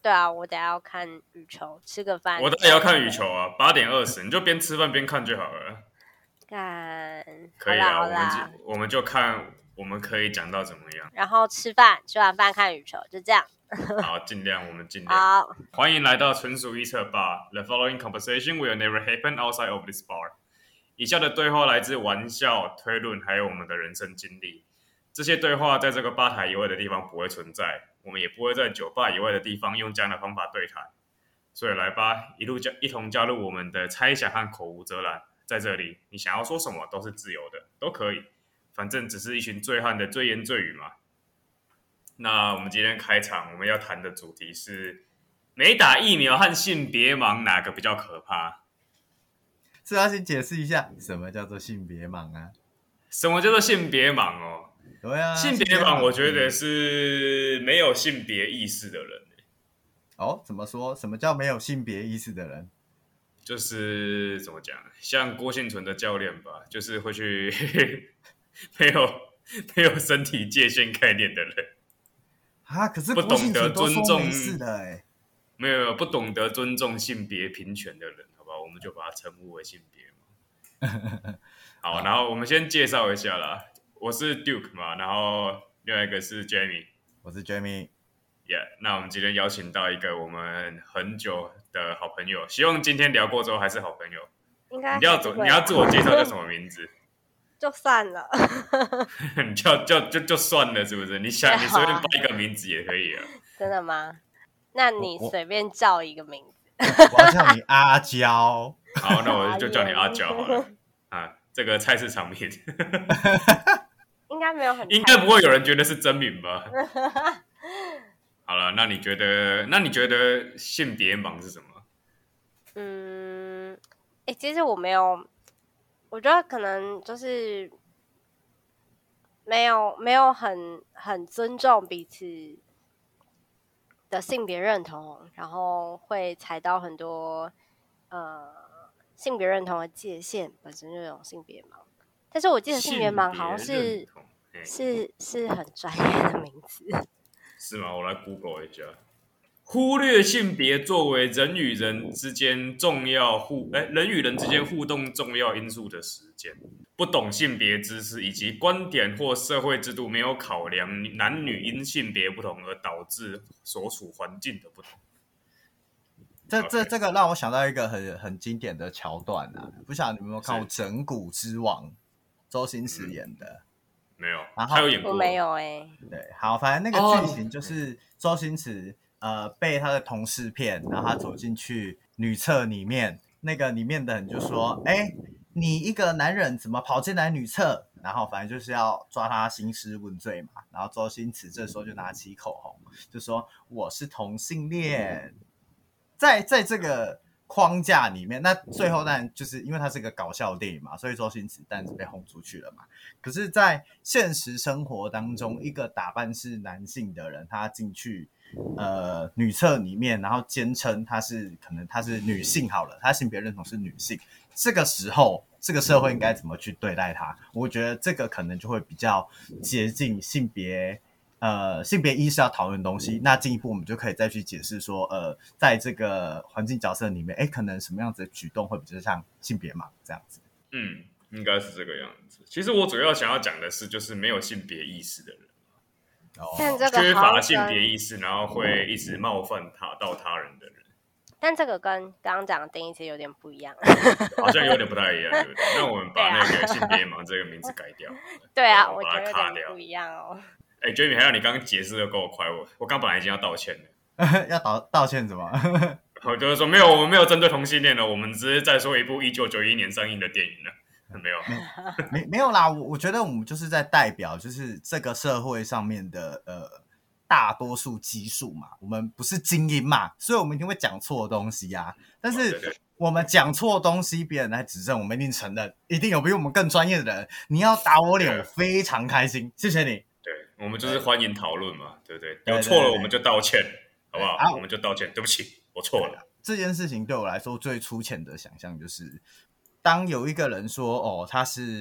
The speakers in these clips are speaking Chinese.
对啊，我等一下要看羽球，吃个饭。 我当然要看羽球啊，8:20，你就边吃饭边看就好了。 干， 可以啦， 好啦， 我们就看我们可以讲到怎么样。 然后吃饭，吃完饭看羽球，就这样。 好，我们尽量。 好， 欢迎来到纯属预测吧。The following conversation will never happen outside of this bar。以下的对话来自玩笑、推论，还有我们的人生经历。这些对话在这个吧台以外的地方不会存在，我们也不会在酒吧以外的地方用这样的方法对谈。所以来吧，一同加入我们的猜想和口无遮拦。在这里，你想要说什么都是自由的，都可以，反正只是一群醉汉的醉言醉语嘛。那我们今天开场，我们要谈的主题是没打疫苗和性别盲哪个比较可怕？ 是要先解释一下什么叫做性别盲啊？ 什么叫做性别盲哦？ 对啊， 性别盲我觉得是没有性别意识的人。 哦，怎么说？什么叫没有性别意识的人？ 就是怎么讲，像郭婞淳的教练吧，就是会去没有身体界限概念的人啊。可是不懂得尊重没事的欸， 没有不懂得尊重性别平权的人，好不好？我们就把它称呼为性别嘛。好，然后我们先介绍一下啦，我是 Duke 嘛，然后另外一个是 Jamie， 我是 Jamie。Yeah， 那我们今天邀请到一个我们很久的好朋友，希望今天聊过之后还是好朋友。 应该你要自我介绍叫什么名字？ 就算了， 你就算了，是不是？你随便报一个名字也可以啊。 真的吗？那你随便叫一个名字。 我要叫你阿娇。 好，那我就叫你阿娇好了。啊，这个菜市场名应该没有很， 应该不会有人觉得是真名吧？好了，那你觉得性别盲是什么？ 其实我没有，我觉得可能就是没有很尊重彼此的性别认同，然后会踩到很多性别认同的界限，本身就有性别盲。但是我记得性别盲好像是很专业的名字， 是吗？我来 Google 一下。忽略性别作为人与人之间人与人之间互动重要因素的时间，不懂性别知识以及观点或社会制度没有考量男女因性别不同而导致所处环境的不同。 这个让我想到一个很经典的桥段啊，不晓得你们有没有看过《整蛊之王》，周星驰演的？ 没有，他有演过。 我没有对，好，反正那个剧情就是周星驰被他的同事骗，然后他走进去女厕里面，那个里面的人就说：“哎，你一个男人怎么跑进来女厕？”然后反正就是要抓他兴师问罪嘛。然后周星驰这时候就拿起口红，就说：“我是同性恋。”在这个框架里面，那最后当然就是因为它是个搞笑电影嘛，所以周星驰当然是被轰出去了嘛。可是，在现实生活当中，一个打扮是男性的人，他进去女厕里面，然后坚称可能他是女性好了，他性别认同是女性，这个时候这个社会应该怎么去对待他？我觉得这个可能就会比较接近性别意识要讨论的东西。那进一步我们就可以再去解释说在这个环境角色里面可能什么样子的举动会比较像性别盲这样子。 应该是这个样子。其实我主要想要讲的是就是没有性别意识的人，缺乏性别意识，然后会一直冒犯到他人的人。 但这个跟刚刚讲的定义其实有点不一样， 好像有点不太一样，对不对？那我们把那个性别盲这个名字改掉。 对啊，我觉得有点不一样哦。 Jamie， 还有你刚刚解释的够快，我刚本来已经要道歉了。 要道歉什么？ 我就是说我们没有针对同性恋了，我们只是在说一部1991年上映的电影了。 没有啦，我觉得我们就是在代表就是这个社会上面的大多数基数嘛，我们不是精英嘛，所以我们一定会讲错东西啊。但是我们讲错东西，别人来指正，我们一定承认，一定有比我们更专业的人。你要打我脸，我非常开心，谢谢你。 对，我们就是欢迎讨论嘛，对不对？有错了我们就道歉，好不好？我们就道歉，对不起，我错了。 这件事情对我来说最粗浅的想象就是，当有一个人说他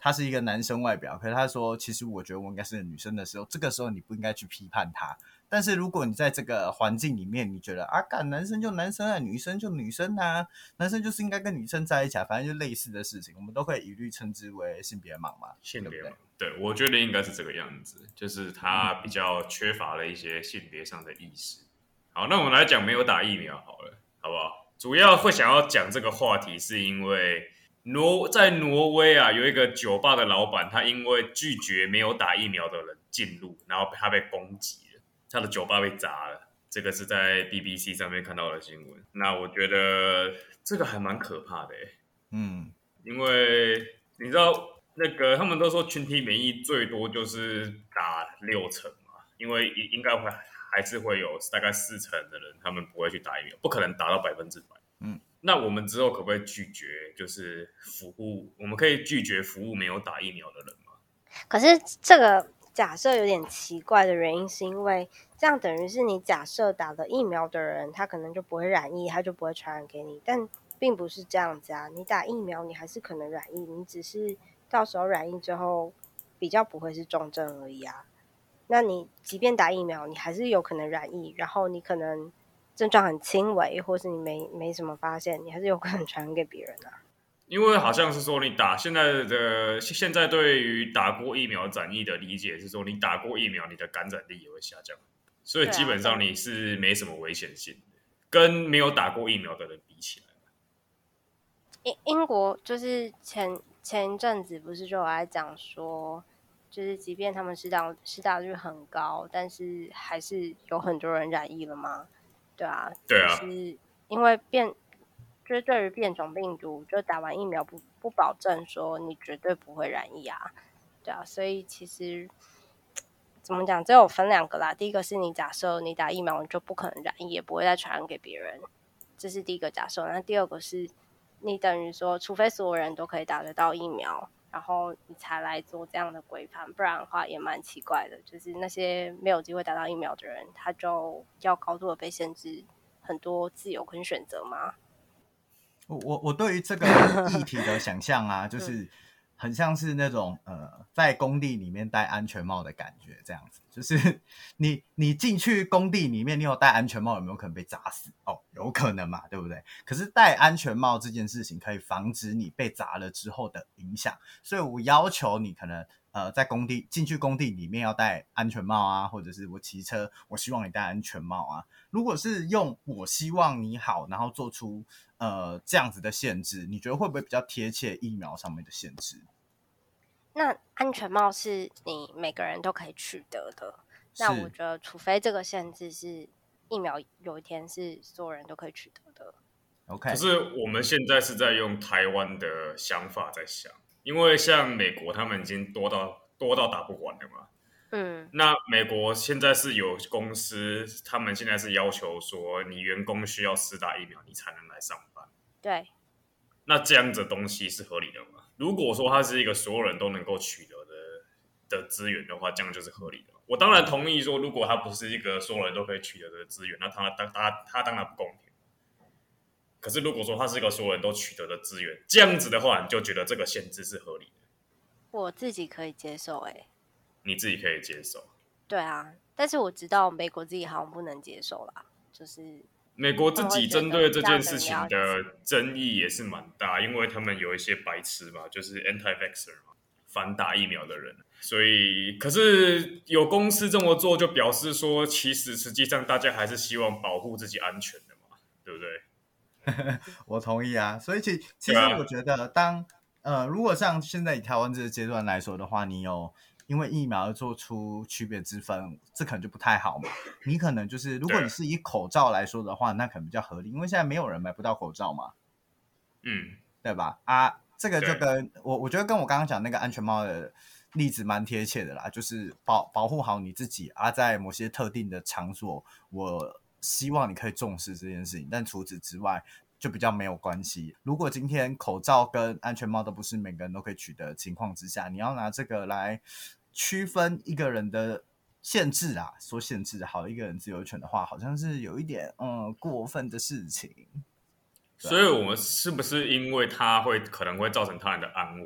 他是一个男生外表，可是他说其实我觉得我应该是个女生的时候，这个时候你不应该去批判他。但是如果你在这个环境里面，你觉得啊，干男生就男生啊，女生就女生啊，男生就是应该跟女生在一起啊，反正就类似的事情，我们都可以一律称之为性别盲嘛。 性别盲，对，我觉得应该是这个样子，就是他比较缺乏了一些性别上的意识。好，那我们来讲没有打疫苗好了，好不好？主要会想要讲这个话题，是因为在挪威啊，有一个酒吧的老板，他因为拒绝没有打疫苗的人进入，然后他被攻击了，他的酒吧被砸了。这个是在 BBC 上面看到的新闻。那我觉得这个还蛮可怕的因为你知道那个他们都说群体免疫最多就是打60%嘛，因为应该还是会有大概40%的人他们不会去打疫苗，不可能达到100%。那我们之后可不可以拒绝就是服务？我们可以拒绝服务没有打疫苗的人吗？ 可是这个假设有点奇怪的原因，是因为这样等于是你假设打了疫苗的人，他可能就不会染疫，他就不会传染给你，但并不是这样子啊。你打疫苗，你还是可能染疫，你只是到时候染疫之后比较不会是重症而已啊。那你即便打疫苗，你还是有可能染疫，然后你可能症状很轻微，或是你没什么发现，你还是有可能传染给别人啊。 因为好像是说你现在对于打过疫苗染疫的理解是说，你打过疫苗，你的感染力也会下降，所以基本上你是没什么危险性的，跟没有打过疫苗的人比起来。 英国就是前一阵子不是就有在讲说，就是即便他们施打率很高，但是还是有很多人染疫了吗？对啊， 对啊， 就是因为就是对于变种病毒，就打完疫苗不保证说你绝对不会染疫啊，对啊，所以其实怎么讲，这有分两个啦。第一个是你假设你打疫苗你就不可能染疫，也不会再传染给别人，这是第一个假设。那第二个是你等于说，除非所有人都可以打得到疫苗，然后你才来做这样的规范，不然的话也蛮奇怪的。就是那些没有机会打到疫苗的人，他就要高度的被限制很多自由跟选择吗？ 我对于这个议题的想象啊，就是很像是那种在工地里面戴安全帽的感觉，这样子。就是你进去工地里面，你有戴安全帽，有没有可能被砸死？哦，有可能嘛，对不对？可是戴安全帽这件事情可以防止你被砸了之后的影响，所以我要求你可能在进去工地里面要戴安全帽啊，或者是我骑车，我希望你戴安全帽啊。如果是用我希望你好，然后做出这样子的限制，你觉得会不会比较贴切疫苗上面的限制？ 那安全帽是你每个人都可以取得的，那我觉得除非这个限制是疫苗有一天是所有人都可以取得的。 OK， 可是我们现在是在用台湾的想法在想，因为像美国他们已经多到打不完了嘛。那美国现在是有公司，他们现在是要求说，你员工需要施打疫苗，你才能来上班。 对。 那这样子的东西是合理的吗？如果说它是一个所有人都能够取得的资源的话，这样就是合理的。我当然同意说，如果它不是一个所有人都可以取得的资源，那它当然不公平。可是如果说它是一个所有人都取得的资源，这样子的话，你就觉得这个限制是合理的。 我自己可以接受你自己可以接受。 对啊，但是我知道美国自己好像不能接受啦，就是美国自己针对这件事情的争议也是蛮大，因为他们有一些白痴嘛，就是 anti-vaxxer 嘛，反打疫苗的人。所以，可是有公司这么做，就表示说，实际上大家还是希望保护自己安全的嘛，对不对？ 我同意啊。所以其实我觉得如果像现在以台湾这个阶段来说的话，你有因为疫苗做出区别之分，这可能就不太好嘛。你可能就是如果你是以口罩来说的话，那可能比较合理，因为现在没有人买不到口罩嘛，对吧？啊，这个就跟我觉得跟我刚刚讲那个安全帽的例子蛮贴切的啦，就是保护好你自己啊，在某些特定的场所，我希望你可以重视这件事情，但除此之外就比较没有关系。如果今天口罩跟安全帽都不是每个人都可以取得的情况之下，你要拿这个来区分一个人的限制啊，说限制好一个人自由权的话，好像是有一点过分的事情。 所以我们是不是因为它可能会造成他人的安危，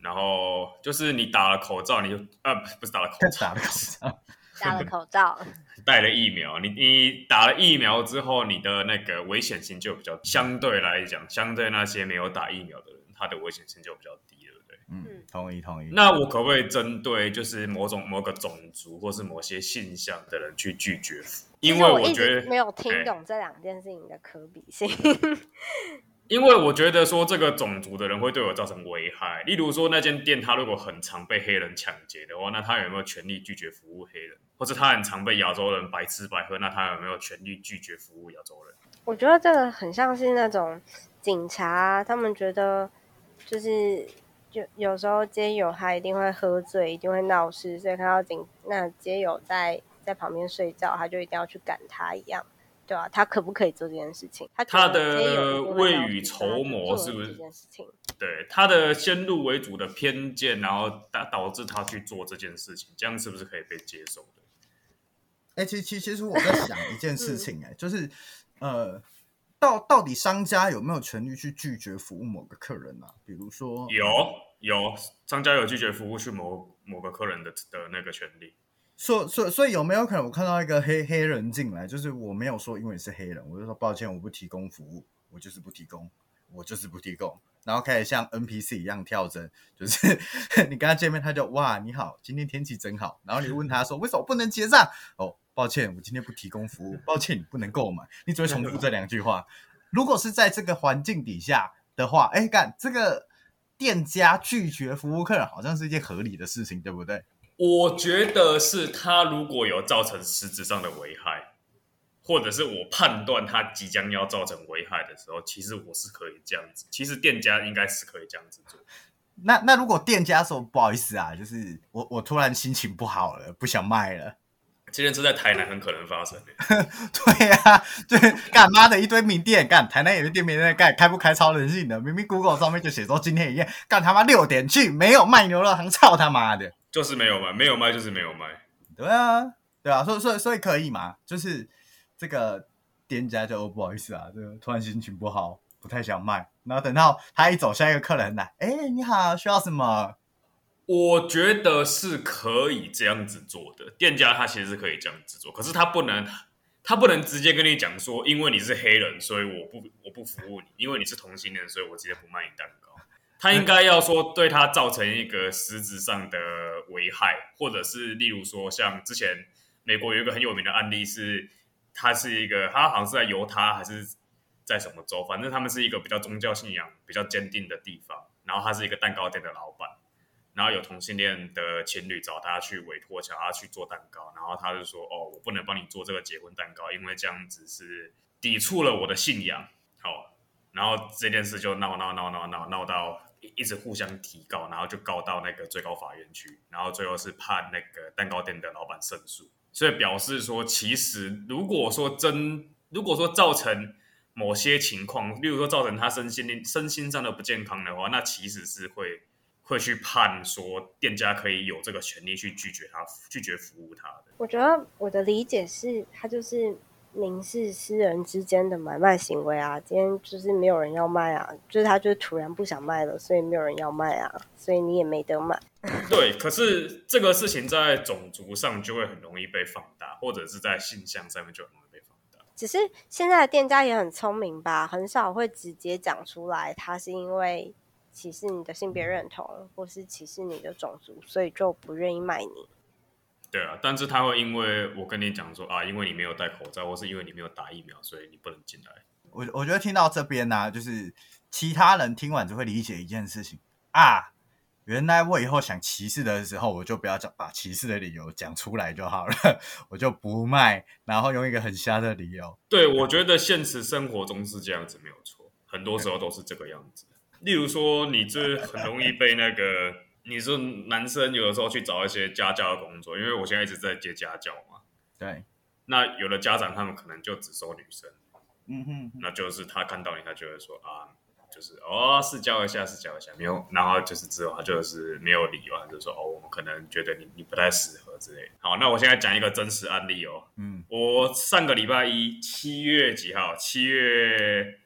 然后就是你打了口罩，你就不是打了口罩， 打了口罩， 戴了口罩， 戴了疫苗，你打了疫苗之后，你的那个危险性就比较相对来讲，相对那些没有打疫苗的人，他的危险性就比较低，对不对？ 同意。 那我可不可以针对就是某个种族或是某些性向的人去拒绝服务？因为我觉得一直没有听懂这两件事情的可比性。 因为我觉得说这个种族的人会对我造成危害，例如说那间店他如果很常被黑人抢劫的话，那他有没有权利拒绝服务黑人？或者他很常被亚洲人白吃白喝，那他有没有权利拒绝服务亚洲人？ 我觉得这个很像是那种警察，他们觉得就是就有时候街友他一定会喝醉，一定会闹事，所以看到那街友在旁边睡觉，他就一定要去赶他一样。对啊，他可不可以做这件事情？ 他的未雨绸缪是不是这件事情？ 对，他的先入为主的偏见，然后导致他去做这件事情，这样是不是可以被接受的？ 其实我在想一件事情，就是到底商家有没有权利去拒绝服务某个客人啊？比如说， 有商家有拒绝服务去某个客人的那个权利。 所以有没有可能我看到一个黑人进来，就是我没有说因为你是黑人，我就说抱歉，我不提供服务，我就是不提供，然后开始像 NPC 一样跳针，就是你跟他见面，他就哇你好，今天天气真好，然后你问他说为什么不能结账？哦，抱歉，我今天不提供服务，抱歉你不能购买，你只会重复这2句话。如果是在这个环境底下的话，这个店家拒绝服务客人好像是一件合理的事情，对不对？ 我觉得是他如果有造成实质上的危害，或者是我判断他即将要造成危害的时候，其实我是可以这样子。其实店家应该是可以这样子做。 那如果店家说不好意思啊，就是我突然心情不好了，不想卖了， 这件事在台南很可能发生对啊，对，干妈的一堆名店，干台南有些店名在干，开不开超人性的，明明 Google 上面就写说今天营业，干他妈6点去，没有卖牛肉汤，操他妈的！ 就是没有卖，没有卖就是没有卖。 对啊，所以可以嘛？就是这个店家就不好意思啊，这个突然心情不好，不太想卖。然后等到他一走，下一个客人来，你好，需要什么？ 我觉得是可以这样子做的，店家他其实是可以这样子做，可是他不能直接跟你讲说，因为你是黑人，所以我不服务你，因为你是同性恋，所以我直接不卖你蛋糕。他应该要说对他造成一个实质上的危害，或者是例如说像之前美国有一个很有名的案例是，他好像是在犹他还是在什么州，反正他们是一个比较宗教信仰比较坚定的地方，然后他是一个蛋糕店的老板，然后有同性恋的情侣找他去委托，叫他去做蛋糕，然后他就说我不能帮你做这个结婚蛋糕，因为这样子是抵触了我的信仰。然后这件事就闹到一直互相提告，然后就告到那个最高法院去，然后最后是判那个蛋糕店的老板胜诉。所以表示说，其实如果说造成某些情况，例如说造成他身心上的不健康的话，那其实是会去判说店家可以有这个权利去拒绝服务他的。 我觉得我的理解是，他就是民事私人之间的买卖行为啊，今天就是没有人要卖啊，就是他就突然不想卖了，所以没有人要卖啊，所以你也没得买。 对，可是这个事情在种族上就会很容易被放大，或者是在性向上面就很容易被放大。 只是现在的店家也很聪明吧，很少会直接讲出来，他是因为歧视你的性别认同，或是歧视你的种族，所以就不愿意卖你。 对啊，但是他会因为我跟你讲说因为你没有戴口罩，或是因为你没有打疫苗，所以你不能进来。 我觉得听到这边呢，就是其他人听完就会理解一件事情啊，原来我以后想歧视的时候，我就不要把歧视的理由讲出来就好了，我就不卖，然后用一个很瞎的理由。 对，我觉得现实生活中是这样子没有错，很多时候都是这个样子。例如说，你这很容易被那个。你说男生有的时候去找一些家教的工作，因为我现在一直在接家教嘛。 对。 那有的家长他们可能就只收女生， 那就是他看到你，他就会说就是试教一下，没有，然后就是之后他就是没有理由，他就说我们可能觉得你不太适合之类的。好，那我现在讲一个真实案例我上个礼拜一7月几号？7月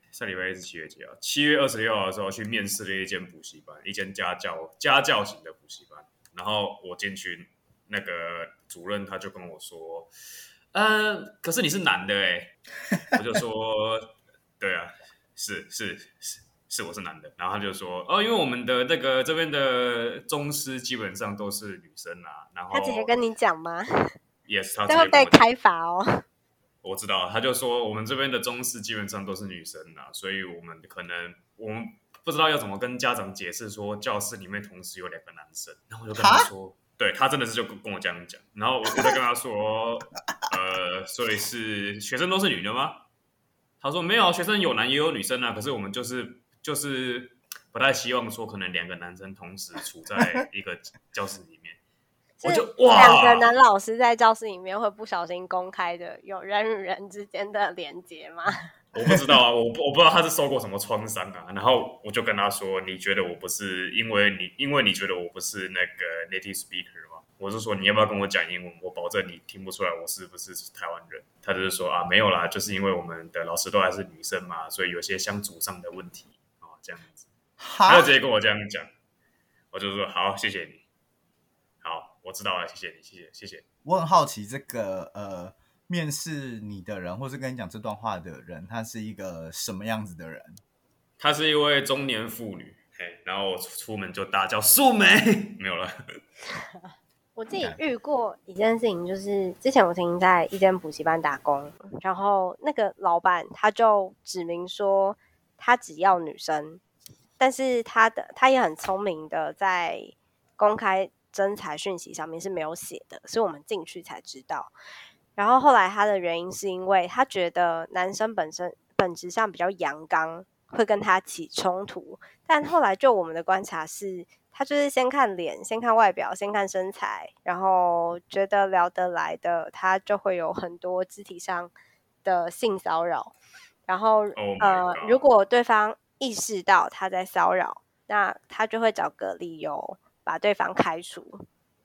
上礼拜一是7月几号？7月26号的时候去面试了一间补习班，一间家教型的补习班。然后我进去，那个主任他就跟我说，可是你是男的哎，我就说，对啊，是我是男的。然后他就说，因为我们的这边的宗师基本上都是女生啊。然后他直接跟你讲吗？ Yes， 他直接跟我讲， 这会被开罚哦。 我知道，他就说我们这边的宗师基本上都是女生啊，所以我们不知道要怎么跟家长解释说教室里面同时有2个男生。然后我就跟他说，对，他真的是就跟我这样讲。然后我就跟他说，所以是学生都是女的吗？他说没有，学生有男也有女生啊，可是我们就是不太希望说可能2个男生同时处在一个教室里面。我就哇 ，2个男老师在教室里面会不小心公开的有人与人之间的连结吗？ 我不知道啊，我不知道他是受过什么创伤啊。然后我就跟他说，你觉得我不是因为你觉得我不是那个 native speaker 吗？我是说你要不要跟我讲英文？我保证你听不出来我是不是台湾人。他就是说啊，没有啦，就是因为我们的老师都还是女生嘛，所以有些相处上的问题这样子。他就直接跟我这样讲，我就说好，谢谢你。好，我知道了，谢谢你，谢谢。 我很好奇，这个面试你的人，或是跟你讲这段话的人，他是一个什么样子的人？ 她是一位中年妇女，然后我出门就大叫素梅，没有了。 我自己遇过一件事情，就是之前我曾经在一间补习班打工，然后那个老板他就指明说他只要女生，但是他也很聪明的在公开征才讯息上面是没有写的，所以我们进去才知道。然后后来他的原因是因为他觉得男生本质上比较阳刚，会跟他起冲突。但后来就我们的观察是，他就是先看脸，先看外表，先看身材，然后觉得聊得来的，他就会有很多肢体上的性骚扰。然后如果对方意识到他在骚扰，那他就会找个理由把对方开除。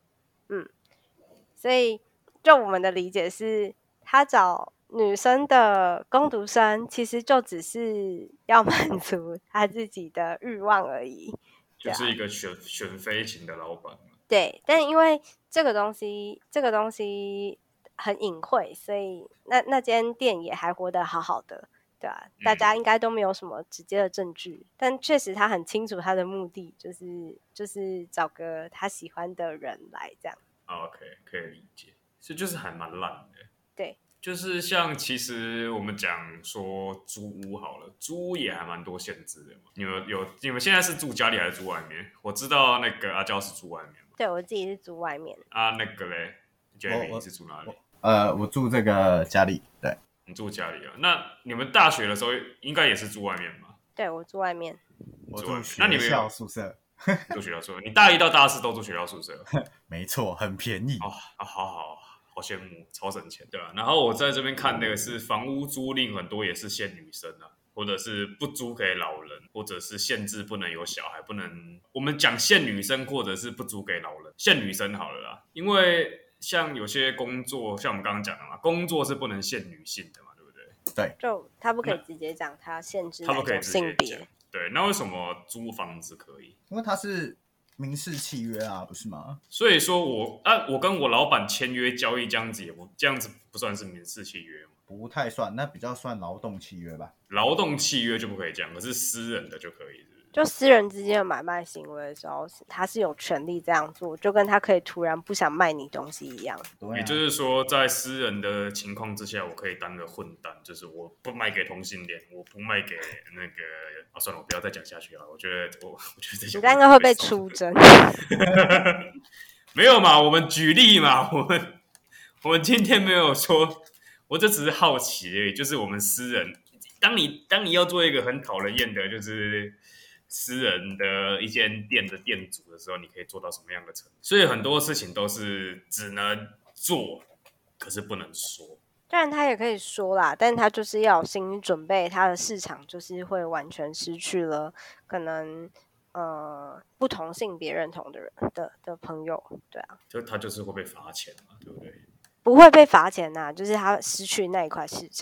所以就我们的理解是，他找女生的工读生，其实就只是要满足他自己的欲望而已， 就是一个选妃型的老板。 对，但因为这个东西很隐晦，所以那间店也还活得好好的，对啊，大家应该都没有什么直接的证据，但确实他很清楚他的目的，就是找个他喜欢的人来这样。 OK， 可以理解，这就是还蛮烂的。 对， 就是像其实我们讲说租屋好了，租屋也还蛮多限制的嘛。你们现在是住家里还是住外面？我知道那个阿娇是住外面嘛。 对，我自己是住外面。 那个嘞 ，Jamie 你是住哪里？ 我住这个家里。对， 你住家里啊？那你们大学的时候应该也是住外面吧？ 对，我住外面。 我住学校宿舍。 住学校宿舍，你大1到大4都住学校宿舍？ 没错，很便宜。 好羡慕，超省钱，对啊。然后我在这边看那个是房屋租赁，很多也是限女生啊，或者是不租给老人，或者是限制不能有小孩，不能我们讲限女生，或者是不租给老人，限女生好了啦。因为像有些工作，像我们刚刚讲的嘛，工作是不能限女性的嘛，对不对？ 对， 就他不可以直接讲他限制他不可以性别。 对，那为什么租房子可以？ 因为他是民事契约啊，不是吗？ 所以说我跟我老板签约交易这样子不算是民事契约吗？ 不太算，那比较算劳动契约吧。 劳动契约就不可以这样，可是私人的就可以。 就私人之间的买卖行为的时候，他是有权利这样做，就跟他可以突然不想卖你东西一样。 也就是说，在私人的情况之下，我可以当个混蛋，就是我不卖给同性恋，我不卖给那个算了，我不要再讲下去了。我觉得这些你应该会被出征。 没有嘛，我们举例嘛，我们今天没有说，我这只是好奇而已，就是我们私人，当你要做一个很讨人厌的，就是私人的一间店的店主的时候，你可以做到什么样的程度？所以很多事情都是只能做，可是不能说。 当然他也可以说啦，但他就是要有心理准备，他的市场就是会完全失去了可能不同性别认同的人的朋友，对啊， 就他就是会被罚钱嘛，对不对？ 不会被罚钱呐，就是他失去那一块市场。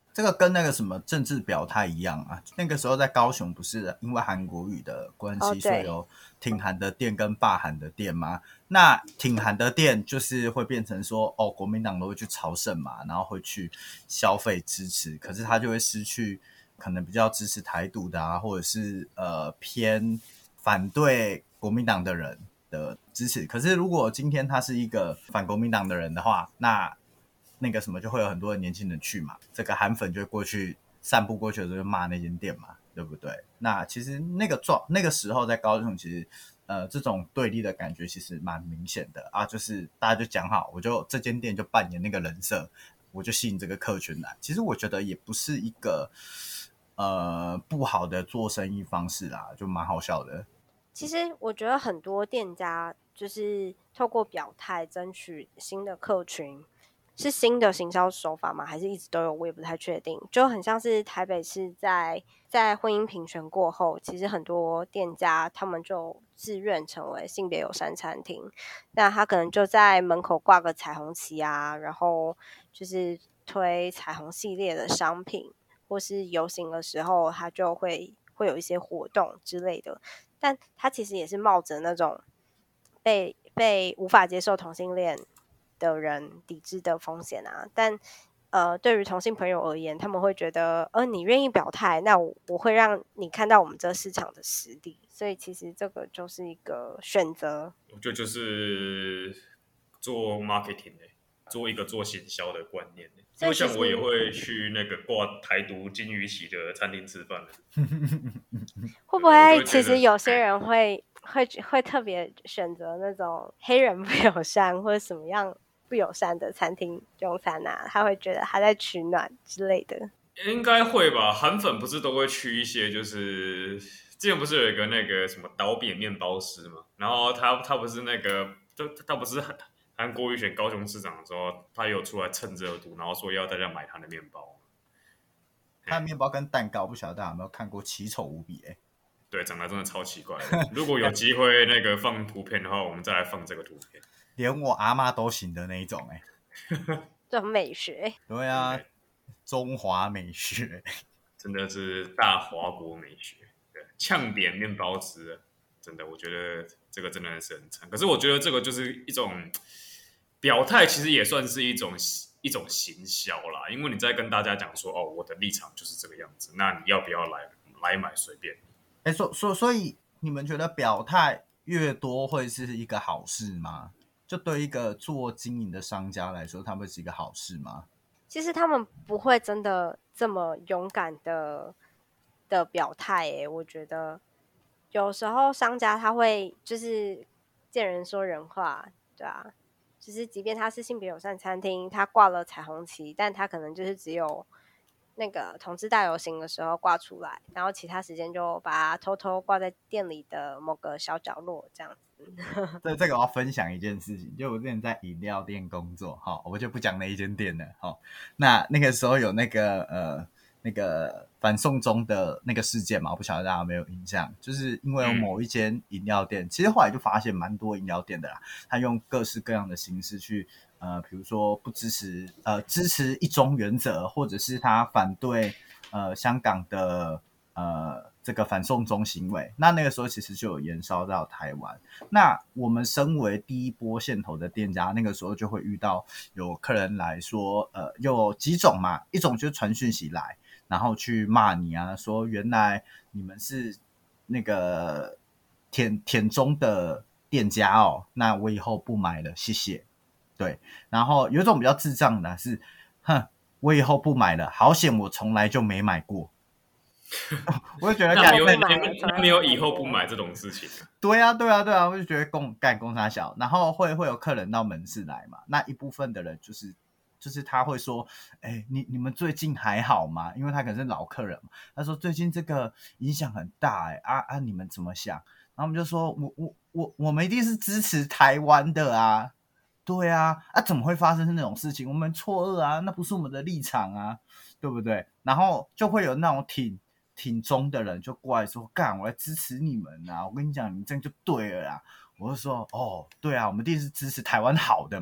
这个跟那个什么政治表态一样啊。那个时候在高雄不是因为韩国语的关系，所以有挺韩的店跟罢韩的店吗？那挺韩的店就是会变成说，哦，国民党都会去朝圣嘛，然后会去消费支持，可是他就会失去可能比较支持台独的啊，或者是偏反对国民党的人的支持。可是如果今天他是一个反国民党的人的话，那个什么就会有很多的年轻人去嘛，这个韩粉就会过去散步过去的时候就骂那间店嘛，对不对？那其实那个时候在高雄，其实这种对立的感觉其实蛮明显的啊，就是大家就讲好，我就这间店就扮演那个人设，我就吸引这个客群来。其实我觉得也不是一个不好的做生意方式啦，就蛮好笑的。 其实我觉得很多店家就是透过表态争取新的客群，是新的行销手法吗？还是一直都有？我也不太确定。就很像是台北市在婚姻平权过后，其实很多店家他们就自愿成为性别友善餐厅，那他可能就在门口挂个彩虹旗啊，然后就是推彩虹系列的商品，或是游行的时候，他就会有一些活动之类的。但他其实也是冒着那种被无法接受同性恋的人抵制的风险啊。但对于同性朋友而言，他们会觉得，你愿意表态，那我会让你看到我们这市场的实力。所以其实这个就是一个选择。 我觉得就是做 marketing 做一个做行销的观念。因为像我也会去那个挂台独金鱼旗的餐厅吃饭的。 会不会其实有些人会特别选择那种黑人不友善或者什么样不友善的餐厅用餐啊？他会觉得他在取暖之类的。 应该会吧，韩粉不是都会去一些，就是之前不是有一个那个什么刀扁面包师嘛，然后他不是那个，他不是韩国瑜选高雄市长的时候，他有出来蹭热度，然后说要大家买他的面包。 他的面包跟蛋糕，不晓得大家有没有看过，奇丑无比对，长得真的超奇怪的。如果有机会那个放图片的话，我们再来放这个图片。 连我阿嬷都行的那一种这种美学。 对啊，中华美学， 真的是大华国美学。对，呛扁面包师，真的，我觉得这个真的是很惨。可是我觉得这个就是一种表态，其实也算是一种行销啦。因为你在跟大家讲说，哦，我的立场就是这个样子，那你要不要来买随便你。 所以你们觉得表态越多会是一个好事吗？就对一个做经营的商家来说，它会是一个好事吗？ 其实他们不会真的这么勇敢的表态我觉得有时候商家他会就是见人说人话，对啊，就是即便他是性别友善餐厅，他挂了彩虹旗，但他可能就是只有那个同志大游行的时候挂出来，然后其他时间就把它偷偷挂在店里的某个小角落这样子。 对，这个我要分享一件事情，就我之前在饮料店工作，我就不讲哪一间店了。那个时候有那个反送中的那个事件嘛，我不晓得大家有没有印象，就是因为有某一间饮料店，其实后来就发现蛮多饮料店的啦，他用各式各样的形式去比如说不支持支一中原则，或者是他反对香港的这个反送中行为，那个时候其实就有延烧到台湾。那我们身为第一波线头的店家，那个时候就会遇到有客人来说有几种嘛，一种就是传讯息来，然后去骂你啊，说原来你们是那个舔中的店家那我以后不买了，谢谢。对，然后有一种比较智障的是，我以后不买了，好险我从来就没买过。我就觉得没有以后不买这种事情。 对啊，我就觉得公差小，然后会有客人到门市来嘛，那一部分的人就是他会说，你们最近还好吗？因为他可能是老客人嘛，他说最近这个影响很大你们怎么想？然后我们就说我们一定是支持台湾的啊，对啊，怎么会发生那种事情？我们错愕啊，那不是我们的立场啊，对不对？然后就会有那种挺中的人就过来说，干，我来支持你们啊！我跟你讲，你这样就对了啦。我就说，对啊，我们一定是支持台湾好的嘛。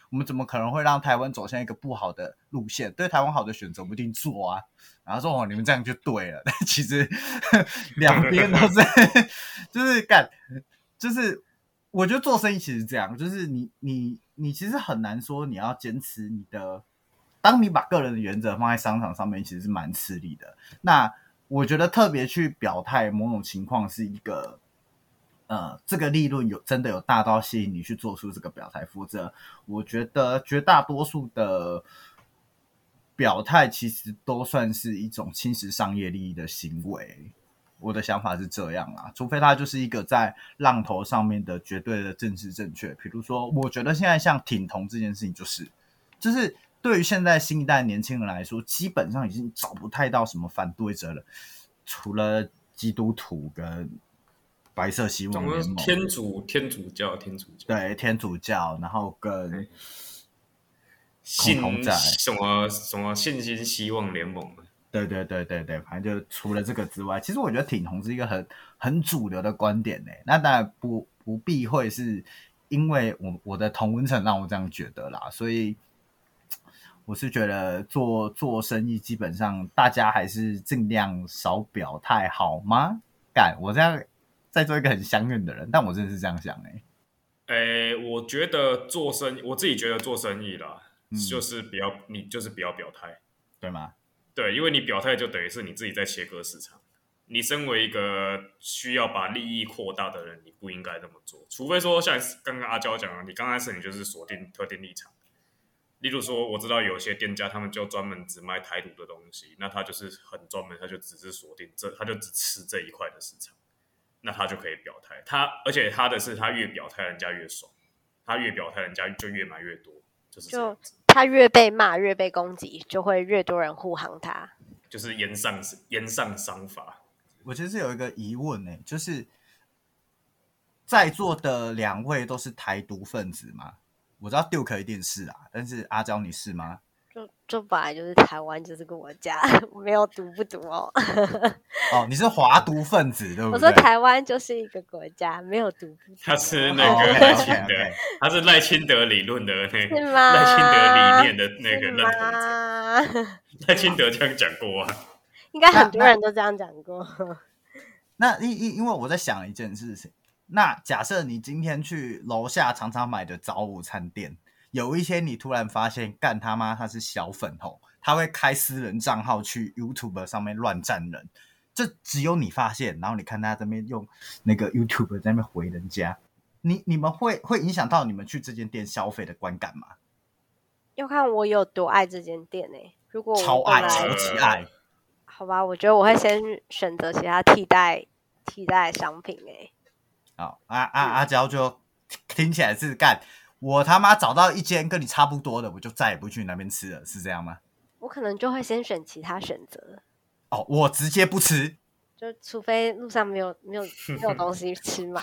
我们怎么可能会让台湾走向一个不好的路线？对台湾好的选择，我们一定做啊。然后说你们这样就对了，但其实两边都是就是干，就是我觉得做生意其实这样，就是你其实很难说你要坚持你的，当你把个人的原则放在商场上面，其实是蛮吃力的。那我觉得特别去表态，某种情况是一个。这个利润真的有大到吸引你去做出这个表态，否则我觉得绝大多数的表态其实都算是一种侵蚀商业利益的行为。我的想法是这样啊，除非它就是一个在浪头上面的绝对的政治正确。比如说，我觉得现在像挺同这件事情，就是对于现在新一代年轻人来说，基本上已经找不太到什么反对者了，除了基督徒跟白色希望联盟， 天主教， 对天主教，然后跟信什么信心希望联盟， 对，反正就除了这个之外，其实我觉得挺同是一个很主流的观点呢。那当然不避讳是因为我的同温层让我这样觉得啦，所以我是觉得做生意基本上大家还是尽量少表态好吗？我这样。在做一个很相怨的人，但我真的是这样想我觉得做生意，我自己觉得做生意啦，就是不要表态， 对吗？ 对，因为你表态就等于是你自己在切割市场。你身为一个需要把利益扩大的人，你不应该这么做，除非说像刚刚阿娇讲的，你刚开始你就是锁定特定立场。例如说，我知道有些店家他们就专门只卖台独的东西，那他就是很专门，他就只是锁定他就只吃这一块的市场。那他就可以表态，而且他的是他越表态人家越爽，他越表态人家就越买越多，就是就他越被骂越被攻击，就会越多人护航他， 就是言上商法。 我其实有一个疑问就是在座的两位都是台独分子吗？我知道 Duke 一定是啊，但是阿娇你是吗？ 就本来就是台湾就是个国家，没有独不独哦。 哦，你是华独分子对不对？ 我说台湾就是一个国家，没有独不独。 他是那个赖清德，他是赖清德理论的那个赖清德理念的那个认同者。赖清德这样讲过啊？ 应该很多人都这样讲过。 那因为我在想一件事情，那假设你今天去楼下常常买的早午餐店。有一天你突然发现干他妈他是小粉红，他会开私人账号去 YouTube 上面乱战人，这只有你发现，然后你看他在那边用那个 YouTube 在那边回人家，你们会影响到你们去这间店消费的观感吗？ 要看我有多爱这间店如果我超级爱， 好吧，我觉得我会先选择其他替代商品好，阿娇就听起来是干。我他妈找到一间跟你差不多的，我就再也不去那边吃了，是这样吗？ 我可能就会先选其他选择。 哦，我直接不吃， 就除非路上没有东西吃嘛。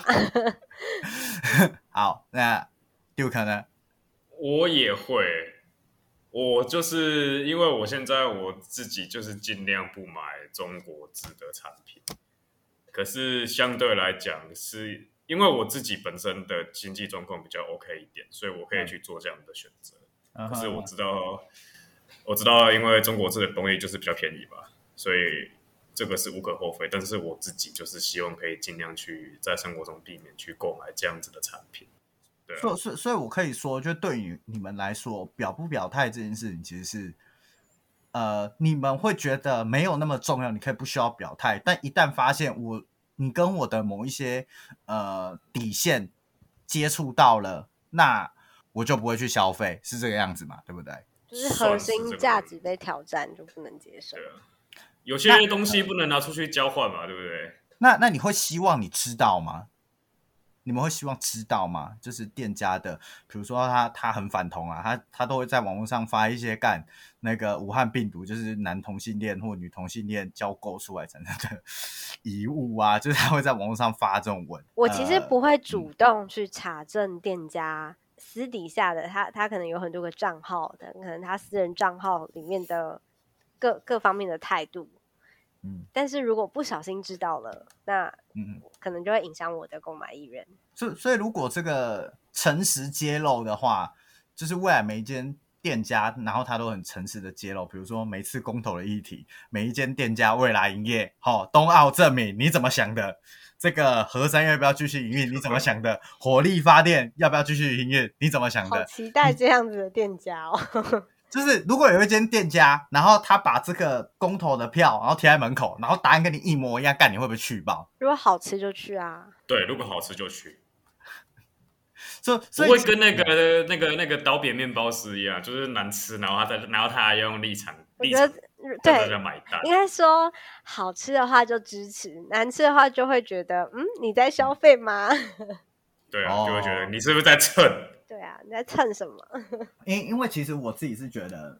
好，那 Duke 呢？ 我也会，我就是因为我现在我自己就是尽量不买中国制的产品，可是相对来讲是。因为我自己本身的经济状况比较 OK 一点，所以我可以去做这样的选择。可是我知道，因为中国制的东西就是比较便宜吧，所以这个是无可厚非。但是我自己就是希望可以尽量去在生活中避免去购买这样子的产品。对啊， 所以我可以说，就对于你们来说，表不表态这件事情，其实是你们会觉得没有那么重要，你可以不需要表态。但一旦发现你跟我的某一些底线接触到了，那我就不会去消费，是这个样子嘛？对不对？ 就是核心价值被挑战就不能接受。 对啊，有些东西不能拿出去交换嘛，对不对？ 那你会希望你知道吗？你们会希望知道吗？就是店家的，比如说他很反同啊，他都会在网络上发一些干那个武汉病毒，就是男同性恋或女同性恋交媾出来产生的遗物啊，就是他会在网络上发这种文。 我其实不会主动去查证店家私底下的他可能有很多个账号的，可能他私人账号里面的各方面的态度。但是如果不小心知道了，那可能就会影响我的购买意愿。 所以如果这个诚实揭露的话， 就是未来每一间店家，然后他都很诚实的揭露，比如说每次公投的议题，每一间店家未来营业，冬奥证明你怎么想的？这个核三要不要继续营运？你怎么想的？火力发电要不要继续营运？你怎么想的？ 好期待这样子的店家哦。 就是如果有一间店家，然后他把这个公投的票，然后贴在门口，然后答案跟你一模一样，干你会不会去报？ 如果好吃就去啊。 对，如果好吃就去。 所不会跟那个刀扁面包师一样，就是难吃，然后他还要用立场， 我觉得对， 买单。 应该说好吃的话就支持，难吃的话就会觉得你在消费吗？ 对啊，就会觉得你是不是在蹭？ 对啊，你在蹭什么？ 因为其实我自己是觉得，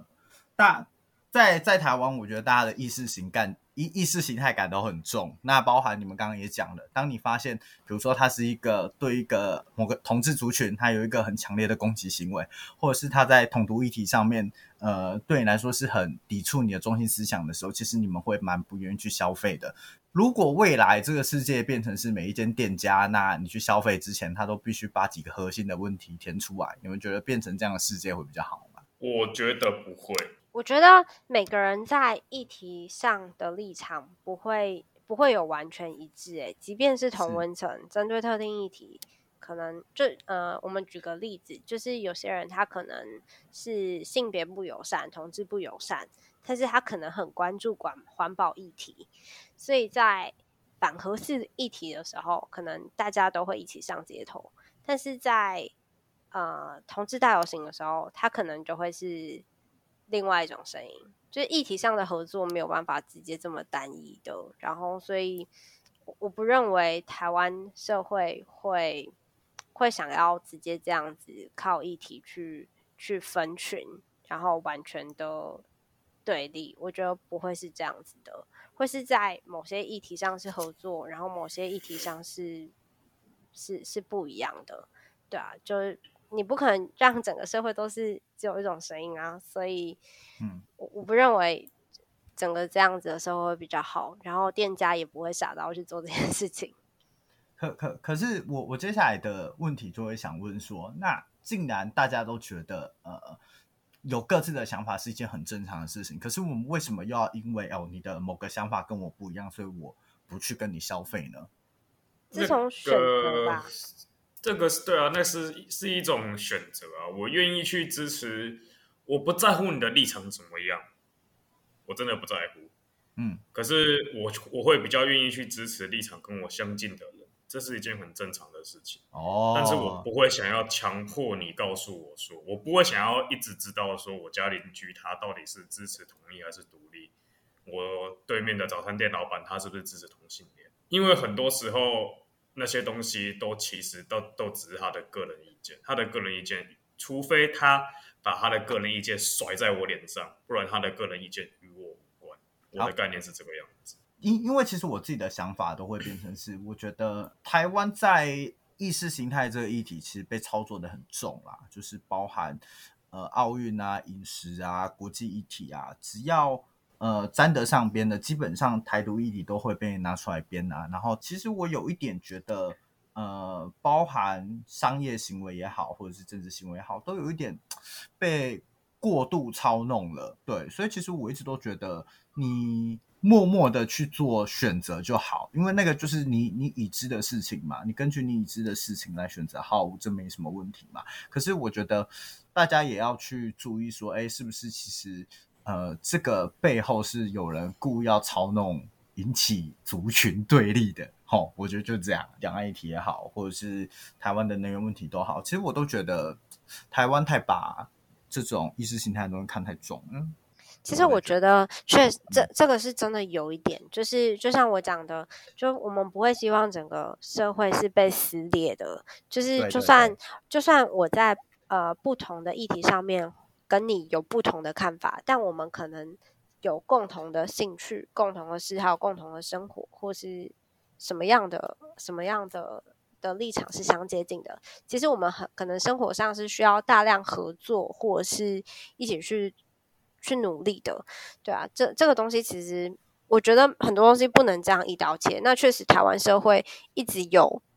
在台湾，我觉得大家的意识形态感都很重。那包含你们刚刚也讲了，当你发现，比如说他是对一个某个同志族群，他有一个很强烈的攻击行为，或者是他在统独议题上面，对你来说是很抵触你的中心思想的时候，其实你们会蛮不愿意去消费的。如果未来这个世界变成是每一间店家，那你去消费之前，他都必须把几个核心的问题填出来，你们觉得变成这样的世界会比较好吗？ 我觉得不会。 我觉得每个人在议题上的立场不会有完全一致，即便是同温层针对特定议题，可能我们举个例子，就是有些人他可能是性别不友善、同志不友善，但是他可能很关注环保议题，所以在反核四议题的时候，可能大家都会一起上街头，但是在同志大游行的时候，他可能就会是另外一种声音，就是议题上的合作没有办法直接这么单一的，然后所以我不认为台湾社会会想要直接这样子靠议题去分群，然后完全的对立，我觉得不会是这样子的，会是在某些议题上是合作，然后某些议题上是不一样的，对啊，就是你不可能让整个社会都是只有一种声音啊，所以我不认为整个这样子的社会会比较好，然后店家也不会傻到去做这件事情。 可是我接下来的问题就会想问说，那既然大家都觉得有各自的想法是一件很正常的事情，可是我们为什么又要因为你的某个想法跟我不一样，所以我不去跟你消费呢？ 这种选择吧， 这个对啊，那是一种选择啊。我愿意去支持，我不在乎你的立场怎么样，我真的不在乎。可是我会比较愿意去支持立场跟我相近的人，这是一件很正常的事情。但是我不会想要强迫你告诉我说，我不会想要一直知道说我家邻居他到底是支持同意还是独立，我对面的早餐店老板他是不是支持同性恋？因为很多时候那些东西其实都只是他的个人意见，他的个人意见，除非他把他的个人意见甩在我脸上，不然他的个人意见与我无关。我的概念是这个样子。 因为其实我自己的想法都会变成是，我觉得台湾在意识形态这个议题其实被操作的很重啦，就是包含奥运啊、饮食啊、国际议题啊，只要沾得上边的，基本上台独议题都会被拿出来编啊。然后其实我有一点觉得包含商业行为也好，或者是政治行为也好，都有一点被过度操弄了。对，所以其实我一直都觉得你默默的去做选择就好，因为那个就是你已知的事情嘛，你根据你已知的事情来选择，好，这没什么问题嘛。可是我觉得大家也要去注意说，是不是其实这个背后是有人故意要操弄，引起族群对立的。我觉得就这样，两岸议题也好，或者是台湾的能源问题都好，其实我都觉得台湾太把这种意识形态的东西看太重。 其实我觉得这个是真的有一点，就是就像我讲的，就我们不会希望整个社会是被撕裂的，就是就算我在不同的议题上面跟你有不同的看法，但我们可能有共同的兴趣、共同的嗜好、共同的生活，或是什么样的立场是相接近的。其实我们可能生活上是需要大量合作，或者是一起去努力的，对啊，这个东西其实我觉得很多东西不能这样一刀切。那确实台湾社会一直有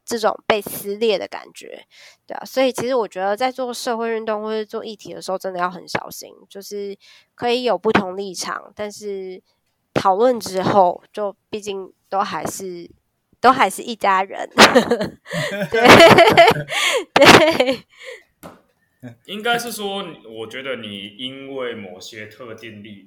这种被撕裂的感觉，对啊，所以其实我觉得在做社会运动或者做议题的时候，真的要很小心，就是可以有不同立场，但是讨论之后，就毕竟都还是一家人，对对。 应该是说，我觉得你因为某些特定的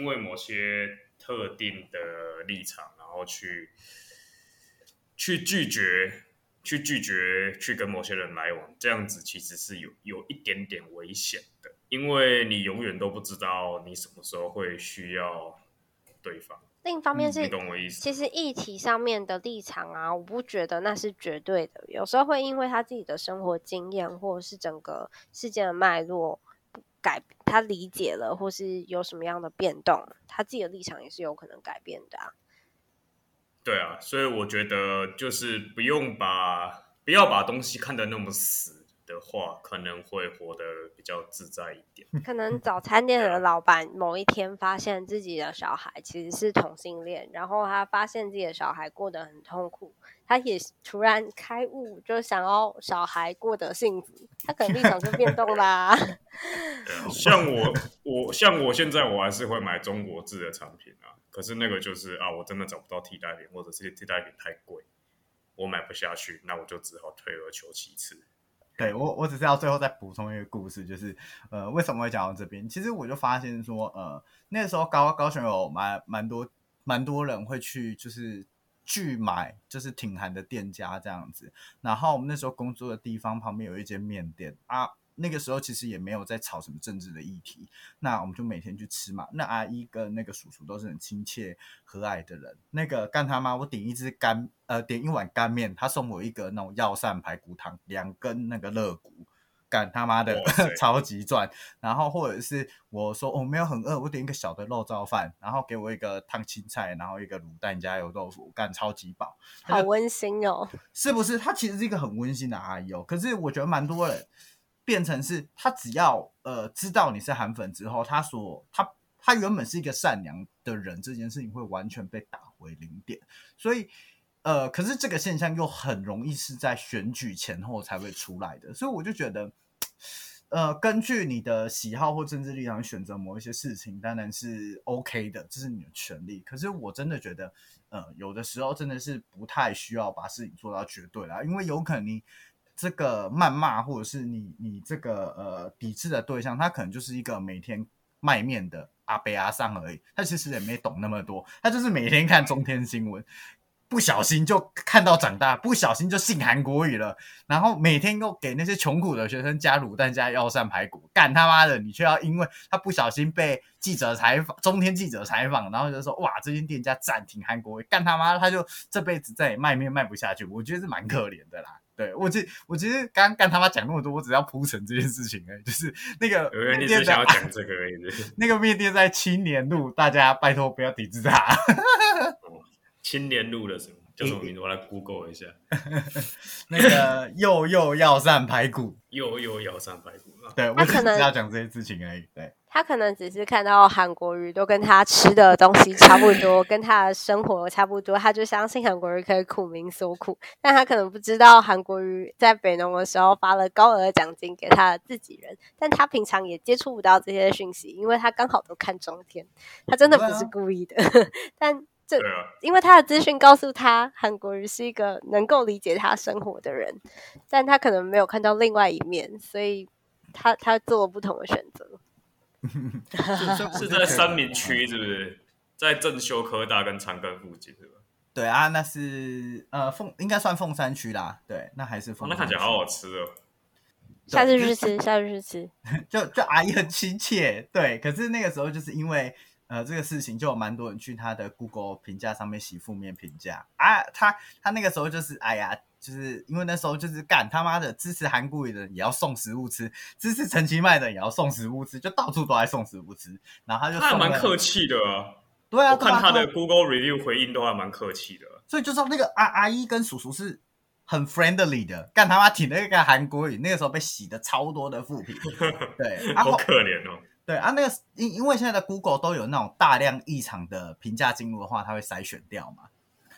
立场，然后去拒绝去跟某些人来往，这样子其实是有一点点危险的，因为你永远都不知道你什么时候会需要对方。 另一方面是， 你懂我意思？ 其实议题上面的立场啊，我不觉得那是绝对的，有时候会因为他自己的生活经验，或者是整个事件的脉络他理解了，或是有什么样的变动，他自己的立场也是有可能改变的啊。 对啊，所以我觉得就是不要把东西看得那么死的话，可能会活得比较自在一点。 可能早餐店的老板某一天发现自己的小孩其实是同性恋，然后他发现自己的小孩过得很痛苦，他也突然开悟，就想要小孩过得幸福，他可能立场就变动啦。 对啊，像我现在我还是会买中国制的产品啊，可是那个就是我真的找不到替代品，或者是替代品太贵，我买不下去，那我就只好退而求其次。 对，我只是要最后再补充一个故事，就是为什么会讲到这边？其实我就发现说，那个时候高雄有蛮多人会去就是拒买就是挺韩的店家这样子，然后我们那时候工作的地方旁边有一间面店啊。那个时候其实也没有在炒什么政治的议题，那我们就每天去吃嘛。那阿姨跟那个叔叔都是很亲切和蔼的人。那个干他妈，我点一碗干面，他送我一个那种药膳排骨汤，2根那个肋骨，干他妈的超级赚。然后或者是我说我没有很饿，我点一个小的肉燥饭，然后给我一个烫青菜，然后一个卤蛋加油豆腐，干超级饱， 好温馨哦， 是不是？他其实是一个很温馨的阿姨哦。可是我觉得蛮多人变成是他只要知道你是韩粉之后，他原本是一个善良的人，这件事情会完全被打回0点。所以可是这个现象又很容易是在选举前后才会出来的，所以我就觉得根据你的喜好或政治立场选择某一些事情当然是 OK 的，这是你的权利。可是我真的觉得有的时候真的是不太需要把事情做到绝对啦，因为有可能你这个谩骂或者是你这个抵制的对象，他可能就是一个每天卖面的阿伯阿桑而已，他其实也没懂那么多，他就是每天看中天新闻，不小心就看到长大，不小心就信韩国语了，然后每天又给那些穷苦的学生加卤蛋加药膳排骨，干他妈的，你却要因为他不小心被中天记者采访，然后就说哇这间店家暂停韩国语，干他妈他就这辈子再也卖面卖不下去，我觉得是蛮可怜的啦。对，我其实刚刚干他妈讲那么多，我只要铺陈这件事情而已，就是那个你只想要讲这个而已。 那个面店在青年路，大家拜托不要抵制他。 青年路的什么叫什么名字？我来 Google 一下。 那个又药膳排骨， 又药膳排骨。 对，我只是要讲这些事情而已。对， 他可能只是看到韩国瑜都跟他吃的东西差不多，跟他的生活差不多，他就相信韩国瑜可以苦民所苦，但他可能不知道韩国瑜在北农的时候发了高额奖金给他的自己人，但他平常也接触不到这些讯息，因为他刚好都看中天，他真的不是故意的，但因为他的资讯告诉他韩国瑜是一个能够理解他生活的人，但他可能没有看到另外一面，所以他做了不同的选择。 是在三民区是不是？在正修科大跟长庚附近是吧？ 对啊，那是应该算凤山区啦。对，那还是凤山区。 那看起来好好吃哦。 下次去吃。 就阿姨很亲切，对。可是那个时候就是因为这个事情，就有蛮多人去他的 Google 评价上面洗负面评价啊。他那个时候就是哎呀。就是因为那时候就是干他妈的支持韩国瑜的人也要送食物吃，支持陈其迈的人也要送食物吃，就到处都在送食物吃。然后他就还蛮客气的啊。 对啊， 我看他的 Google review 回应都还蛮客气的。 所以就说那个阿姨跟叔叔是很 friendly 的，干他妈挺那个韩国瑜，那个时候被洗的超多的负评。对， 好可怜哦。 对啊，那个因为现在的 Google 都有那种大量异常的评价进入的话，它会筛选掉嘛。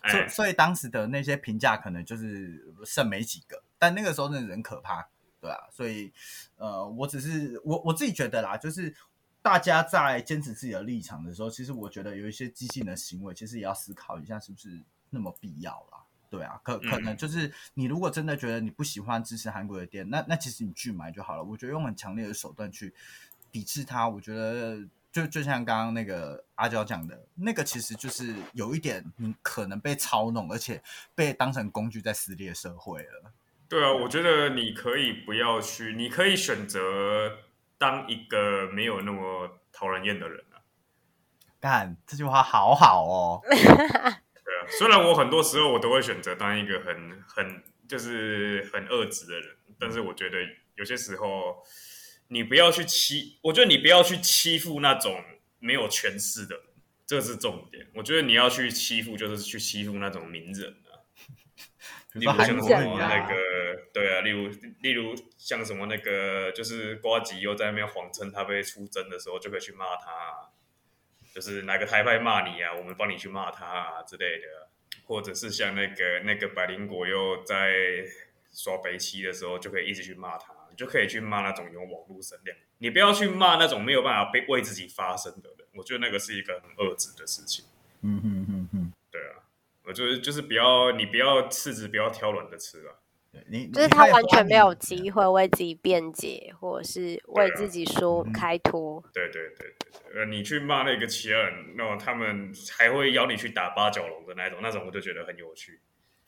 所以当时的那些评价可能就是剩没几个，但那个时候真的人可怕，对啊，所以我只是我自己觉得啦，就是大家在坚持自己的立场的时候，其实我觉得有一些激进的行为，其实也要思考一下是不是那么必要啦。对啊，可能就是你如果真的觉得你不喜欢支持韩国的店，那其实你去买就好了。我觉得用很强烈的手段去抵制它，我觉得就像刚刚那个阿娇讲的，那个其实就是有一点你可能被操弄，而且被当成工具在撕裂社会了。 对啊，我觉得你可以不要去，你可以选择当一个没有那么讨人厌的人啊。 干，这句话好好哦。 对啊，虽然我很多时候我都会选择当一个就是很恶质的人，但是我觉得有些时候你不要去我觉得你不要去欺负那种没有权势的人，这是重点。我觉得你要去欺负，就是去欺负那种名人啊。例如像什么那个，对啊，例如像什么那个，就是呱吉又在那边谎称他被出征的时候，就可以去骂他啊，就是哪个台派骂你啊，我们帮你去骂他啊之类的啊，或者是像那个百灵果又在刷北七的时候，就可以一直去骂他，就可以去骂那种有网络声量，你不要去骂那种没有办法为自己发声的人，我觉得那个是一个很恶质的事情。对啊。我就是你不要柿子不要挑软的吃啊。 就是他完全没有机会为自己辩解，或者是为自己说开脱。 对，你去骂那个其他人，那他们还会邀你去打八角笼的那种我就觉得很有趣。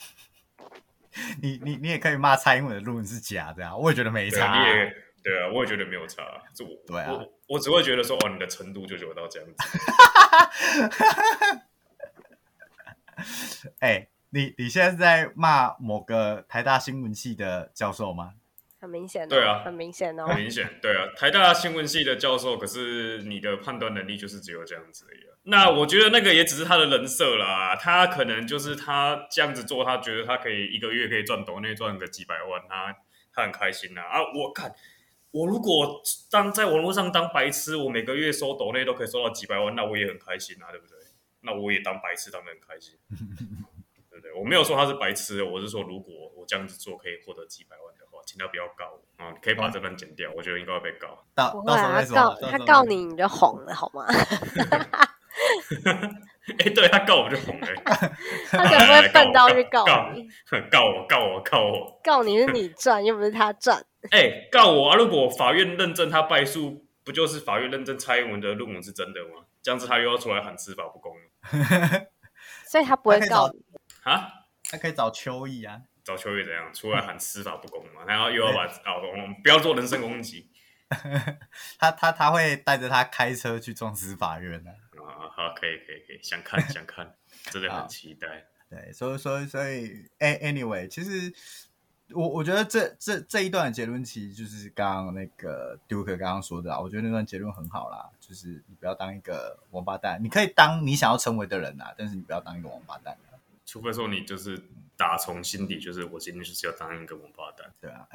你也可以骂蔡英文的论文是假的啊，我也觉得没差啊。 对啊，我也觉得没有差啊。 对啊， 我只会觉得说，哦，你的程度就有到这样子。 你现在是在骂某个台大新闻系的教授吗？ 很明显， 对啊， 很明显哦， 很明显，对啊，台大新闻系的教授，可是你的判断能力就是只有这样子而已啊。那我觉得那个也只是他的人设啦，他可能就是他这样子做，他觉得他可以一个月可以赚抖内赚个几百万，他很开心啊。我如果在网络上当白痴，我每个月收抖内都可以收到几百万，那我也很开心啊，对不对？那我也当白痴当得很开心。对不对？我没有说他是白痴，我是说如果我这样子做可以获得几百万的话，请他不要告我啊！可以把这段剪掉，我觉得应该会被告。 不会啊，他告你你就红了好吗？ 对他告我就红了。 他可能会笨到去告你， 告我， 告你是你赚又不是他赚。 告我啊！如果法院认证他败诉，不就是法院认证蔡英文的论文是真的吗？这样子他又要出来喊司法不公了。 所以他不会告你啊？ 他可以找邱毅啊， 找邱毅怎样出来喊司法不公嘛？然后又要把不要做人身攻击。 他会带着他开车去撞司法院的啊。好，可以，想看，真的很期待。 对，所以，anyway，其实我觉得这一段的结论其实就是刚刚那个 Duke 刚刚说的啊，我觉得那段结论很好啦，就是你不要当一个王八蛋，你可以当你想要成为的人啊，但是你不要当一个王八蛋啊。 除非说你就是打从心底就是我今天就是要当一个王八蛋。 对啊，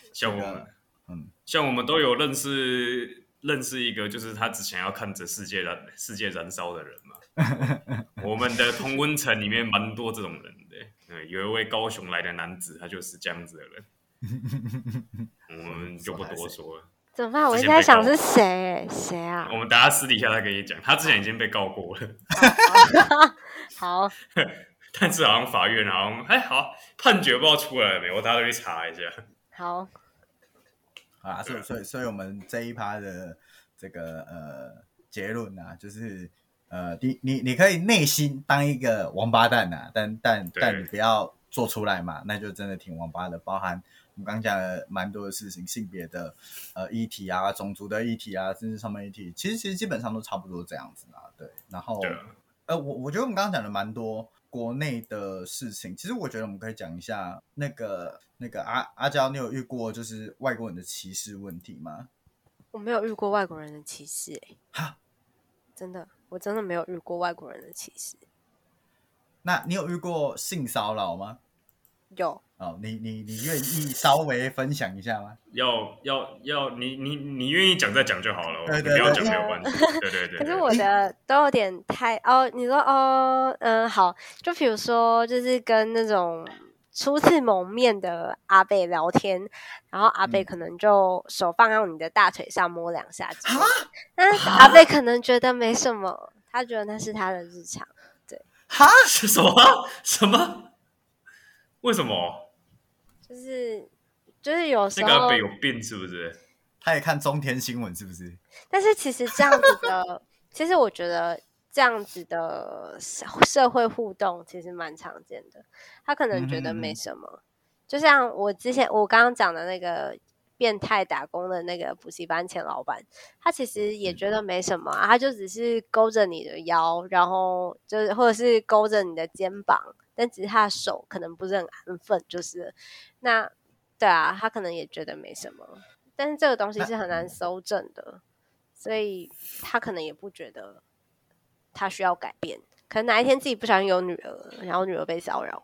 像我们都有认识一个，就是他只想要看着世界燃烧的人嘛。我们的同温层里面蛮多这种人的。有一位高雄来的男子，他就是这样子的人。我们就不多说了。 怎么办？我一直在想是谁啊？ 我们等下私底下再跟你讲，他之前已经被告过了。 好。 但是好像法院好像好判决不知道出来了没，我大家都去查一下。 好啊，所以我们这一趴的这个结论啊，就是你可以内心当一个王八蛋啊，但你不要做出来嘛，那就真的挺王八的。包含我们刚讲了蛮多的事情，性别的议题啊，种族的议题啊，甚至上面议题，其实基本上都差不多这样子啊。对，然后我觉得我们刚刚讲的蛮多国内的事情，其实我觉得我们可以讲一下那个阿娇，你有遇过就是外国人的歧视问题吗？ 我没有遇过外国人的歧视哈， 真的，我真的没有遇过外国人的歧视。 那你有遇过性骚扰吗？ 有， 哦，你愿意稍微分享一下吗？ 你愿意讲再讲就好了， 对你不要讲没有关系。对。 可是我的都有点太你说好，就比如说就是跟那种初次蒙面的阿伯聊天，然后阿伯可能就手放到你的大腿上摸2下之类的，但是阿伯可能觉得没什么，他觉得那是他的日常。对， 哈？ 什么？为什么？ 就是有时候那个阿伯有病是不是？ 他也看中天新闻是不是？ 但是其实这样子的，其实我觉得这样子的社会互动其实蛮常见的。他可能觉得没什么，就像我刚刚讲的那个变态打工的那个补习班前老板，他其实也觉得没什么他就只是勾着你的腰，然后就是或者是勾着你的肩膀，但只是他的手可能不是很安分，就是那对啊，他可能也觉得没什么。但是这个东西是很难搜证的，所以他可能也不觉得他需要改变。可能哪一天自己不小心有女儿，然后女儿被骚扰，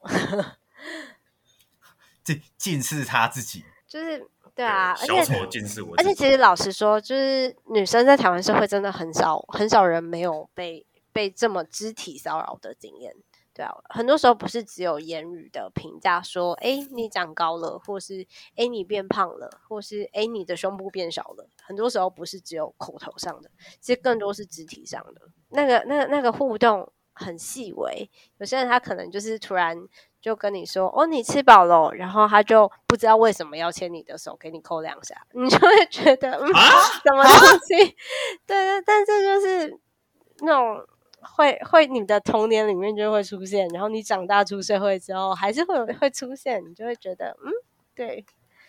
近视他自己， 就是对啊， 小丑近视我。 而且其实老实说，就是女生在台湾社会真的很少人没有被这么肢体骚扰的经验。对啊，很多时候不是只有言语的评价说，你长高了，或是你变胖了，或是你的胸部变小了，很多时候不是只有口头上的，其实更多是肢体上的。那个互动很细微，有些人他可能就是突然就跟你说，你吃饱了，然后他就不知道为什么要牵你的手，给你扣2下，你就会觉得什么东西？对，但这就是那种。会你的童年里面就会出现，然后你长大出社会之后还是会出现，你就会觉得对。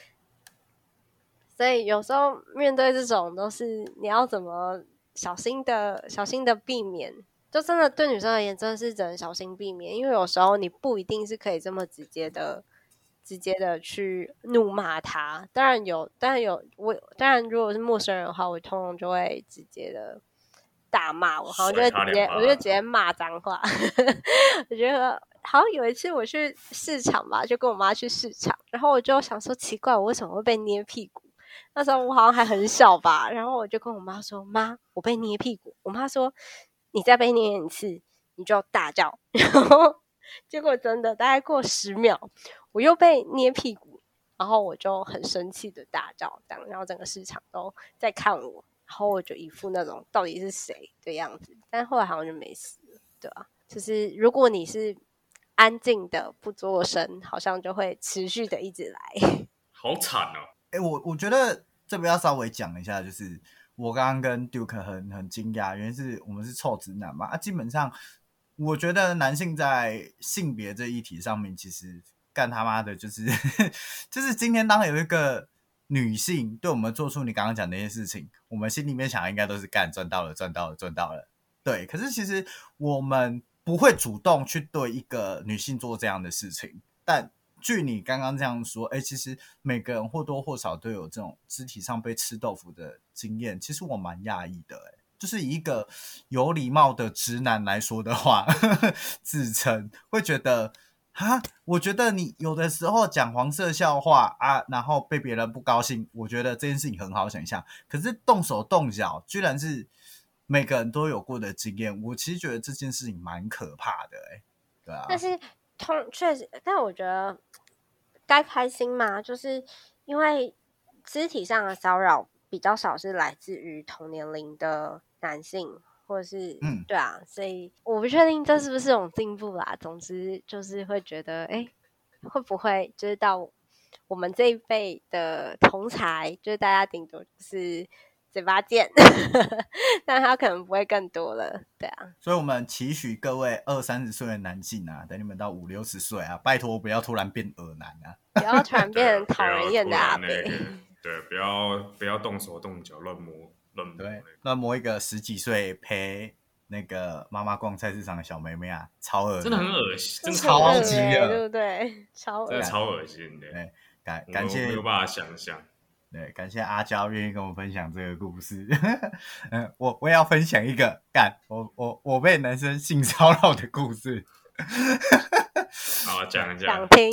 所以有时候面对这种都是你要怎么小心的避免，就真的对女生而言真的是只能小心避免，因为有时候你不一定是可以这么直接的去怒骂他。当然如果是陌生人的话，我通常就会直接的大骂，我好像就会直接骂脏话。我觉得好像有一次我去市场吧，就跟我妈去市场，然后我就想说奇怪，我为什么会被捏屁股？那时候我好像还很小吧，然后我就跟我妈说：“妈，我被捏屁股。”我妈说：“你再被捏一次，你就大叫。”然后结果真的大概过10秒，我又被捏屁股，然后我就很生气的大叫，这样，然后整个市场都在看我。然后我就一副那种到底是谁的样子，但后来好像就没事了，对吧？就是如果你是安静的不作声，好像就会持续的一直来。 好惨哦！ 我觉得这边要稍微讲一下，就是我刚刚跟 Duke 很惊讶，原来是我们是臭直男嘛。基本上我觉得男性在性别这议题上面，其实干他妈的就是就是今天当有一个女性对我们做出你刚刚讲的那些事情，我们心里面想的应该都是干赚到了。对，可是其实我们不会主动去对一个女性做这样的事情。但据你刚刚这样说，其实每个人或多或少都有这种肢体上被吃豆腐的经验。其实我蛮讶异的，就是以一个有礼貌的直男来说的话，自称会觉得。我觉得你有的时候讲黄色笑话啊，然后被别人不高兴，我觉得这件事情很好想象。可是动手动脚，居然是每个人都有过的经验，我其实觉得这件事情蛮可怕的，对啊。 但是确实，但我觉得该开心嘛，就是因为肢体上的骚扰比较少是来自于同年龄的男性。或者是对啊，所以我不确定这是不是种进步啦。总之就是会觉得，会不会就是到我们这一辈的同才，就是大家顶多就是嘴巴贱，但他可能不会更多了，对啊。 所以我们期许各位20-30岁的男性啊，等你们到50-60岁啊，拜托不要突然变恶男啊， 不要突然变成讨人厌的阿伯。 对，不要动手动脚乱摸。 对，乱摸一个10几岁陪那个妈妈逛菜市场的小妹妹啊，超恶心， 真的很恶心，真的超级的， 对不对？真的超恶心的。 对，感谢， 没有办法想象。 对，感谢阿娇愿意跟我分享这个故事。我也要分享一个我被男生性骚扰的故事。 好，讲一下。 想听。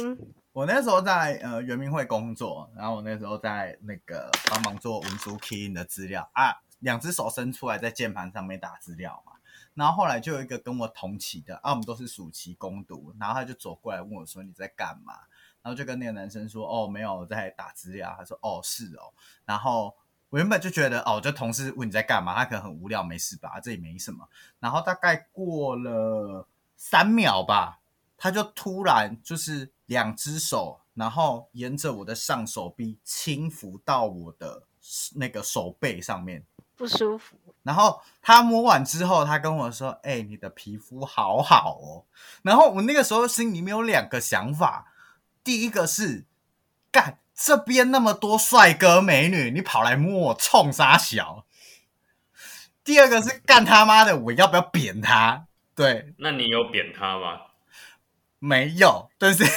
我那时候在圆明会工作，然后我那时候在那个帮忙做文书 key in 的资料啊，2只手伸出来在键盘上面打资料嘛。然后后来就有一个跟我同期的啊，我们都是暑期工读，然后他就走过来问我说你在干嘛？然后就跟那个男生说哦没有，我在打资料。他说哦是哦。然后我原本就觉得哦，就同事问你在干嘛，他可能很无聊没事吧，这也没什么。然后大概过了3秒吧，他就突然就是2只手，然后沿着我的上手臂轻抚到我的那个手背上面， 不舒服。 然后他摸完之后，他跟我说：“哎、你的皮肤好好哦。”然后我那个时候心里面有2个想法，第一个是干这边那么多帅哥美女，你跑来摸我冲啥小？第二个是干他妈的，我要不要扁他？对， 那你有扁他吗？ 没有，但是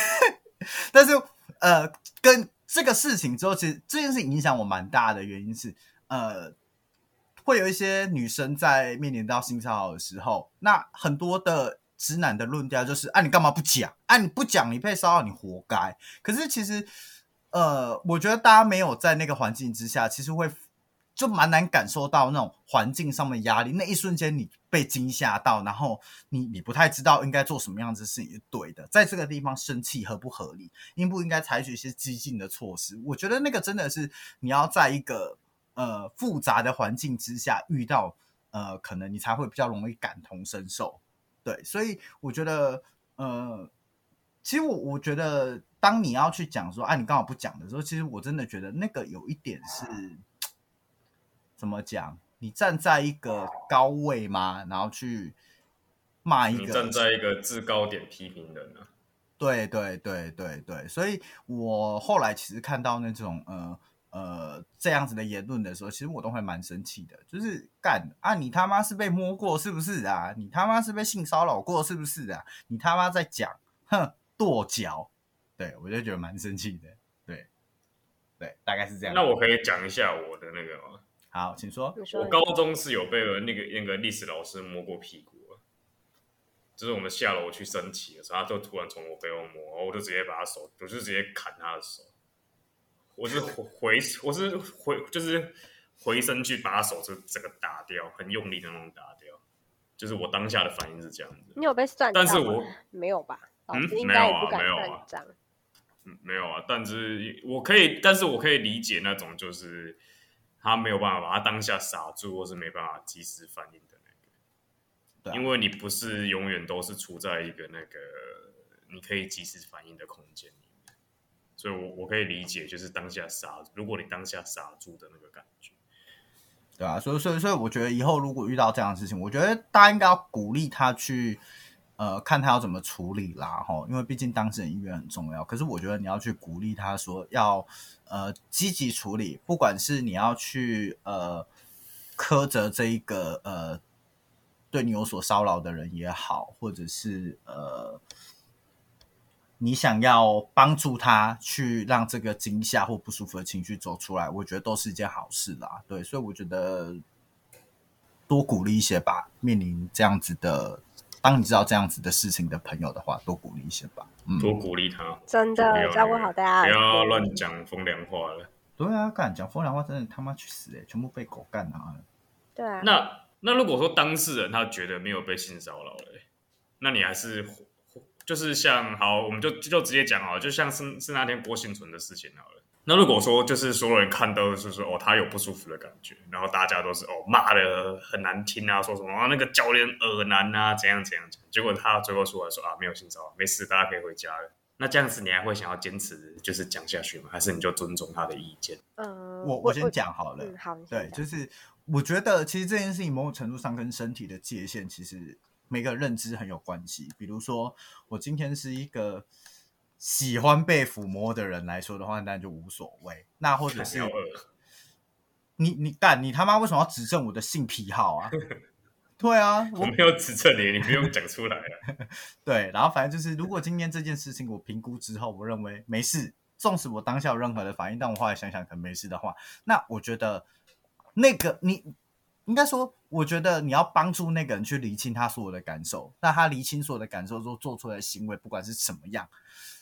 跟这个事情之后，其实这件事情影响我蛮大的原因是，会有一些女生在面临到性骚扰的时候，那很多的直男的论调就是啊，你干嘛不讲？啊，你不讲，你被骚扰，你活该。可是其实，我觉得大家没有在那个环境之下，其实会就蛮难感受到那种环境上面的压力。那一瞬间你被惊吓到，然后你不太知道应该做什么样子的事情是对的，在这个地方生气合不合理，应不应该采取一些激进的措施？我觉得那个真的是你要在一个复杂的环境之下遇到，可能你才会比较容易感同身受。对，所以我觉得其实我觉得当你要去讲说啊你刚好不讲的时候，其实我真的觉得那个有一点是怎么讲，你站在一个高位吗？然后去骂一个， 你站在一个制高点批评人啊。 对对对对对，所以我后来其实看到那种这样子的言论的时候，其实我都会蛮生气的，就是干啊，你他妈是被摸过是不是啊？你他妈是被性骚扰过是不是啊？你他妈在讲，哼，跺脚，对我就觉得蛮生气的，对对，大概是这样。 那我可以讲一下我的那个吗？ 好，请说。 我高中是有被那个历史老师摸过屁股的，就是我们下楼去升旗的时候，他就突然从我背后摸，然后我就直接把他手，我就直接砍他的手。我是就是回身去把他手就整个打掉，很用力的那种打掉。就是我当下的反应是这样子。 你有被算？ 但是我没有吧？老师应没有该也不敢没有算账。 没有啊，但是我可以理解那种就是他没有办法把他当下刹住，或是没办法及时反应的那个。 对啊， 因为你不是永远都是处在一个那个你可以及时反应的空间里面，所以我可以理解，就是当下刹，如果你当下刹住的那个感觉。 对啊，所以我觉得以后如果遇到这样的事情，我觉得大家应该要鼓励他去看他要怎么处理啦，因为毕竟当事人意愿很重要。可是我觉得你要去鼓励他说要积极处理，不管是你要去苛责这一个对你有所骚扰的人也好，或者是你想要帮助他去让这个惊吓或不舒服的情绪走出来，我觉得都是一件好事啦。对，所以我觉得多鼓励一些吧，面临这样子的，当你知道这样子的事情的朋友的话，多鼓励一些吧。 多鼓励他， 真的照顾好大家， 不要乱讲风凉话了。 对啊，干讲风凉话真的他妈去死全部被狗干啊！ 对啊， 那如果说当事人他觉得没有被性骚扰了，那你还是就是像好，我们就直接讲好了，就像是那天郭幸存的事情好了。那如果说就是所有人看到就是说他有不舒服的感觉，然后大家都是骂的很难听啊，说什么那个教练恶男啊，怎样怎样，结果他最后出来说没有性骚扰，没事，大家可以回家了。那这样子你还会想要坚持就是讲下去吗？还是你就尊重他的意见？ 我先讲好了。 好， 对，就是我觉得其实这件事情某种程度上跟身体的界限其实每个认知很有关系。比如说我今天是一个喜欢被抚摸的人来说的话，当然就无所谓。那或者是你他妈为什么要指正我的性癖好啊？对啊， 我没有指正你，你不用讲出来了。 对，然后反正就是如果今天这件事情我评估之后，我认为没事，纵使我当下有任何的反应，但我后来想想可能没事的话，那我觉得那个你应该说，我觉得你要帮助那个人去厘清他所有的感受，那他厘清所有的感受之后做出来的行为，不管是什么样，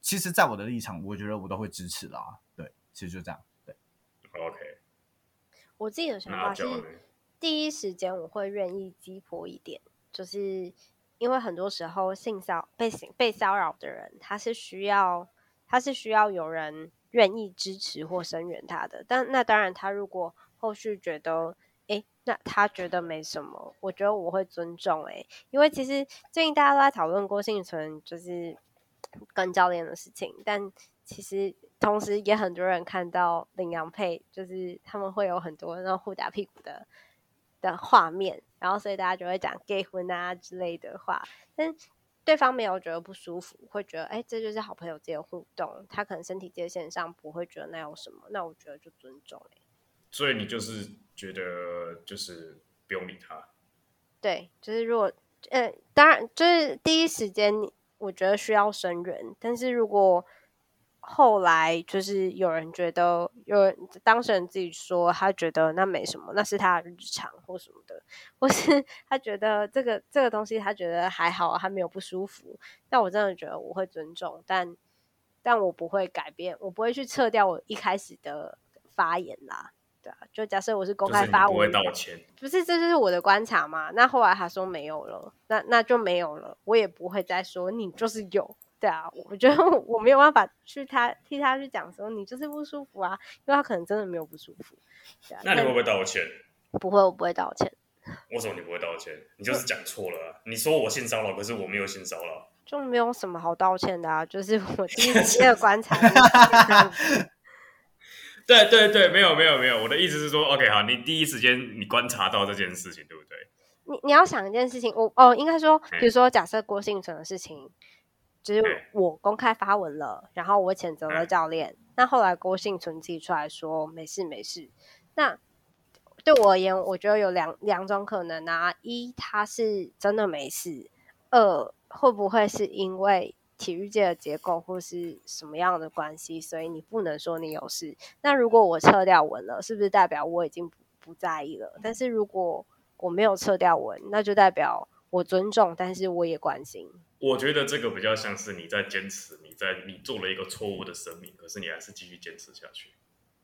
其实，在我的立场，我觉得我都会支持啦。对，其实就这样。对 ，OK。 我自己的想法是，第一时间我会愿意鸡婆一点，就是因为很多时候被骚扰的人，他是需要有人愿意支持或声援他的。但那当然，他如果后续觉得，那他觉得没什么，我觉得我会尊重。因为其实最近大家都在讨论郭婞淳就是跟教练的事情，但其实同时也很多人看到领洋配，就是他们会有很多那种互打屁股的画面，然后所以大家就会讲 gay 婚啊之类的话，但对方没有觉得不舒服，会觉得这就是好朋友之间的互动，他可能身体界限上不会觉得那有什么，那我觉得就尊重。 所以你就是觉得就是不用理他？ 对，就是如果当然就是第一时间我觉得需要声援，但是如果后来就是有人当事人自己说他觉得那没什么，那是他的日常或什么的，或是他觉得这个东西他觉得还好，他没有不舒服，那我真的觉得我会尊重，但我不会改变，我不会去撤掉我一开始的发言啦。对啊，就假设我是公开发文， 就是你不会道歉， 不是，这就是我的观察嘛。那后来他说没有了，那就没有了，我也不会再说你就是有。对啊，我觉得我没有办法替他去讲说你就是不舒服啊，因为他可能真的没有不舒服。对啊， 那你会不会道歉？ 不会，我不会道歉。 为什么你不会道歉？你就是讲错了啊！你说我性骚扰，可是我没有性骚扰， 就没有什么好道歉的啊。就是我第一个观察。 对，没有，我的意思是说 ，OK， 好，你第一时间你观察到这件事情，对不对？ 你要想一件事情，应该说，比如说，假设郭婞淳的事情，就是我公开发文了，然后我谴责了教练，那后来郭婞淳自己出来说没事，那对我而言，我觉得有两种可能啊，一他是真的没事，二会不会是因为体育界的结构或是什么样的关系，所以你不能说你有事。那如果我撤掉文了，是不是代表我已经不在意了？但是如果我没有撤掉文，那就代表我尊重，但是我也关心。 我觉得这个比较像是你在坚持，你做了一个错误的声明，可是你还是继续坚持下去。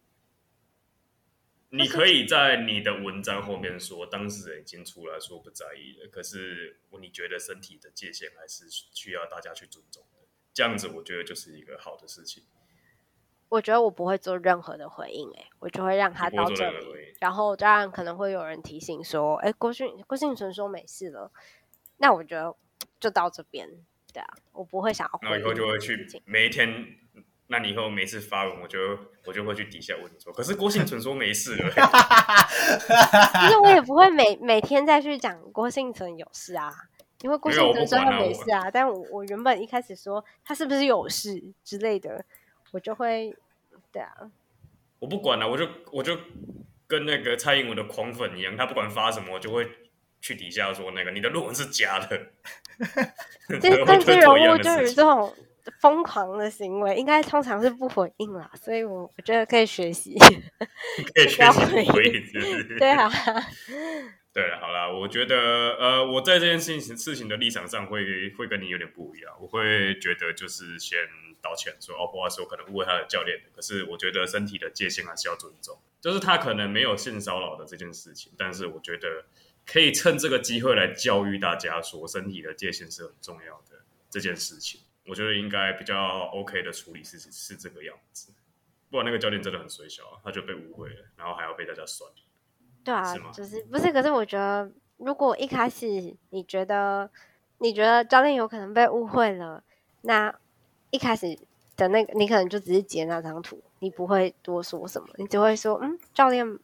你可以在你的文章后面说，当事人已经出来说不在意了，可是你觉得身体的界限还是需要大家去尊重的，这样子我觉得就是一个好的事情。 我觉得我不会做任何的回应，我就会让他到这里，然后当然可能会有人提醒说，郭婞淳说没事了，那我觉得就到这边，对啊，我不会想要回应。 那以后就会去每一天。那你以后每次发文，我就会去底下问你说，可是郭婞淳说没事了。 其实我也不会每天再去讲郭婞淳有事啊，因为郭婞淳说他没事啊，但我原本一开始说他是不是有事之类的，我就会对啊， 我不管了，我就跟那个蔡英文的狂粉一样，他不管发什么，我就会去底下说那个你的论文是假的。 政治人物就是这种疯狂的行为，应该通常是不回应啦，所以我觉得可以学习， 可以学习不回应，是不是？ 对啊。 对了，好啦，我觉得我在这件事情的立场上会跟你有点不一样，我会觉得就是先道歉，说不好意思，我可能误会他的教练，可是我觉得身体的界限还是要尊重，就是他可能没有性骚扰的这件事情，但是我觉得可以趁这个机会来教育大家说，身体的界限是很重要的这件事情。我觉得应该比较 OK 的处理是这个样子，不然那个教练真的很衰小，他就被误会了，然后还要被大家酸。 对啊，就是不是？可是我觉得，如果一开始你觉得教练有可能被误会了，那一开始的那个你可能就只是截那张图，你不会多说什么，你只会说教练。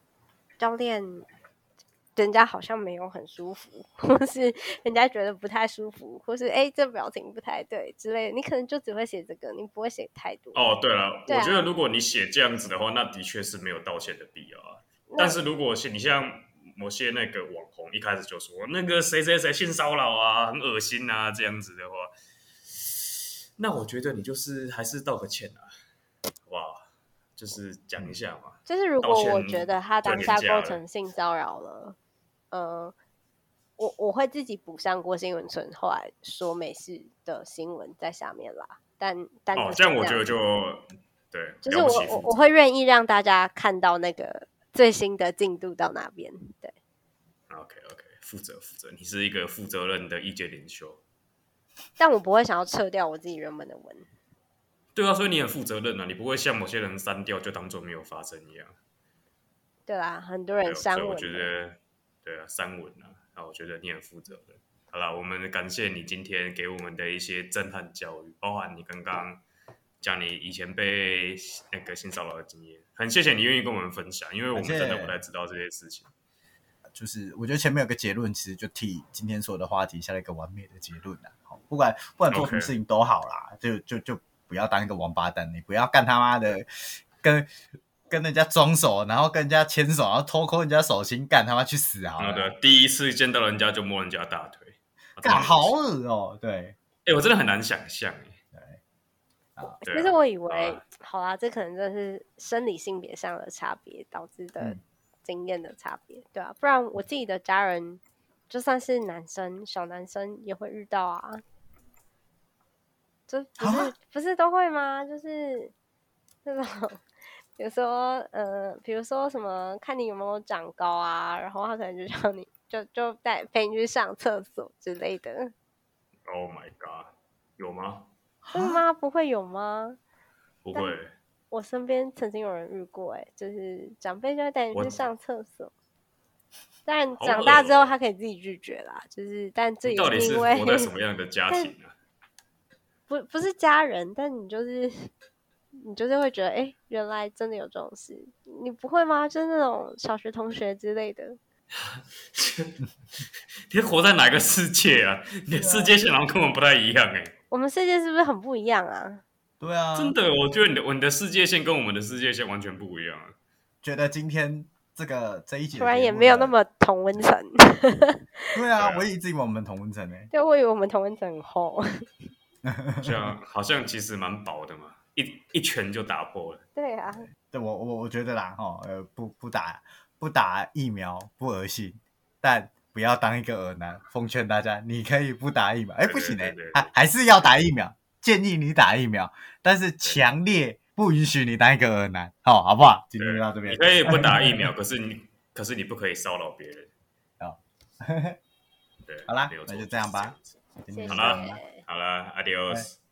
人家好像没有很舒服，或是人家觉得不太舒服，或是这表情不太对之类的，你可能就只会写这个，你不会写太多。 对了，我觉得如果你写这样子的话，那的确是没有道歉的必要啊。但是如果你像某些那个网红一开始就说那个谁谁谁性骚扰啊，很恶心啊这样子的话，那我觉得你就是还是道个歉啊，好不好？就是讲一下嘛。 就是如果我觉得他当下构成性骚扰了。我会自己补上郭婞淳后来说没事的新闻在下面啦。 但这样我觉得就对， 就是了不起负责我会愿意让大家看到那个最新的进度到哪边。对 OK， 负责，你是一个负责任的意见领袖。 但我不会想要撤掉我自己原本的文。 对啊，所以你很负责任啊，你不会像某些人删掉就当做没有发生一样。 对啦，很多人删文。 所以我觉得，对啊，删文啊，我觉得你很负责任。好啦，我们感谢你今天给我们的一些震撼教育，包含你刚刚讲你以前被那个性骚扰的经验，很谢谢你愿意跟我们分享，因为我们真的不太知道这些事情。 就是我觉得前面有个结论，其实就替今天所有的话题下了一个完美的结论啦。不管做什么事情都好啦，就不要当一个王八蛋，你不要干他妈的跟人家装熟，然后跟人家牵手，然后偷抠人家手心，干他妈去死好了。 对，第一次见到人家就摸人家大腿， 干好恶哦。对， 我真的很难想象。 其实我以为，好啦，这可能真的是生理性别上的差别导致的经验的差别，对啊，不然我自己的家人，就算是男生，小男生也会遇到啊。就不是都会吗？就是那种，比如说什么，看你有没有长高啊，然后他可能就叫你就陪你去上厕所之类的。 Oh my god， 有吗？ 真的吗？不会有吗？ 不会。 我身边曾经有人遇过，就是长辈就会带你去上厕所。但长大之后，他可以自己拒绝啦。但这也是因为到底是活在什么样的家庭啊？ 不是家人，但你就是会觉得，原来真的有这种事，你不会吗？就是那种小学同学之类的。 你活在哪个世界啊？你的世界线好像跟我们不太一样我们世界是不是很不一样啊？ 对啊， 真的，我觉得你的世界线跟我们的世界线完全不一样啊。 觉得今天这一集突然也没有那么同温层。 对啊，我也一直以为我们同温层对，我以为我们同温层很厚。 好像其实蛮薄的嘛，一拳就打破了。 对啊， 对我觉得啦，不打疫苗不恶心，但不要当一个恶男。奉劝大家，你可以不打疫苗，不行还是要打疫苗，建议你打疫苗，但是强烈不允许你当一个恶男，好不好？今天就到这边。 你可以不打疫苗，可是你不可以骚扰别人。 好， 对， 好啦，那就这样吧。 谢谢。 好了，adios。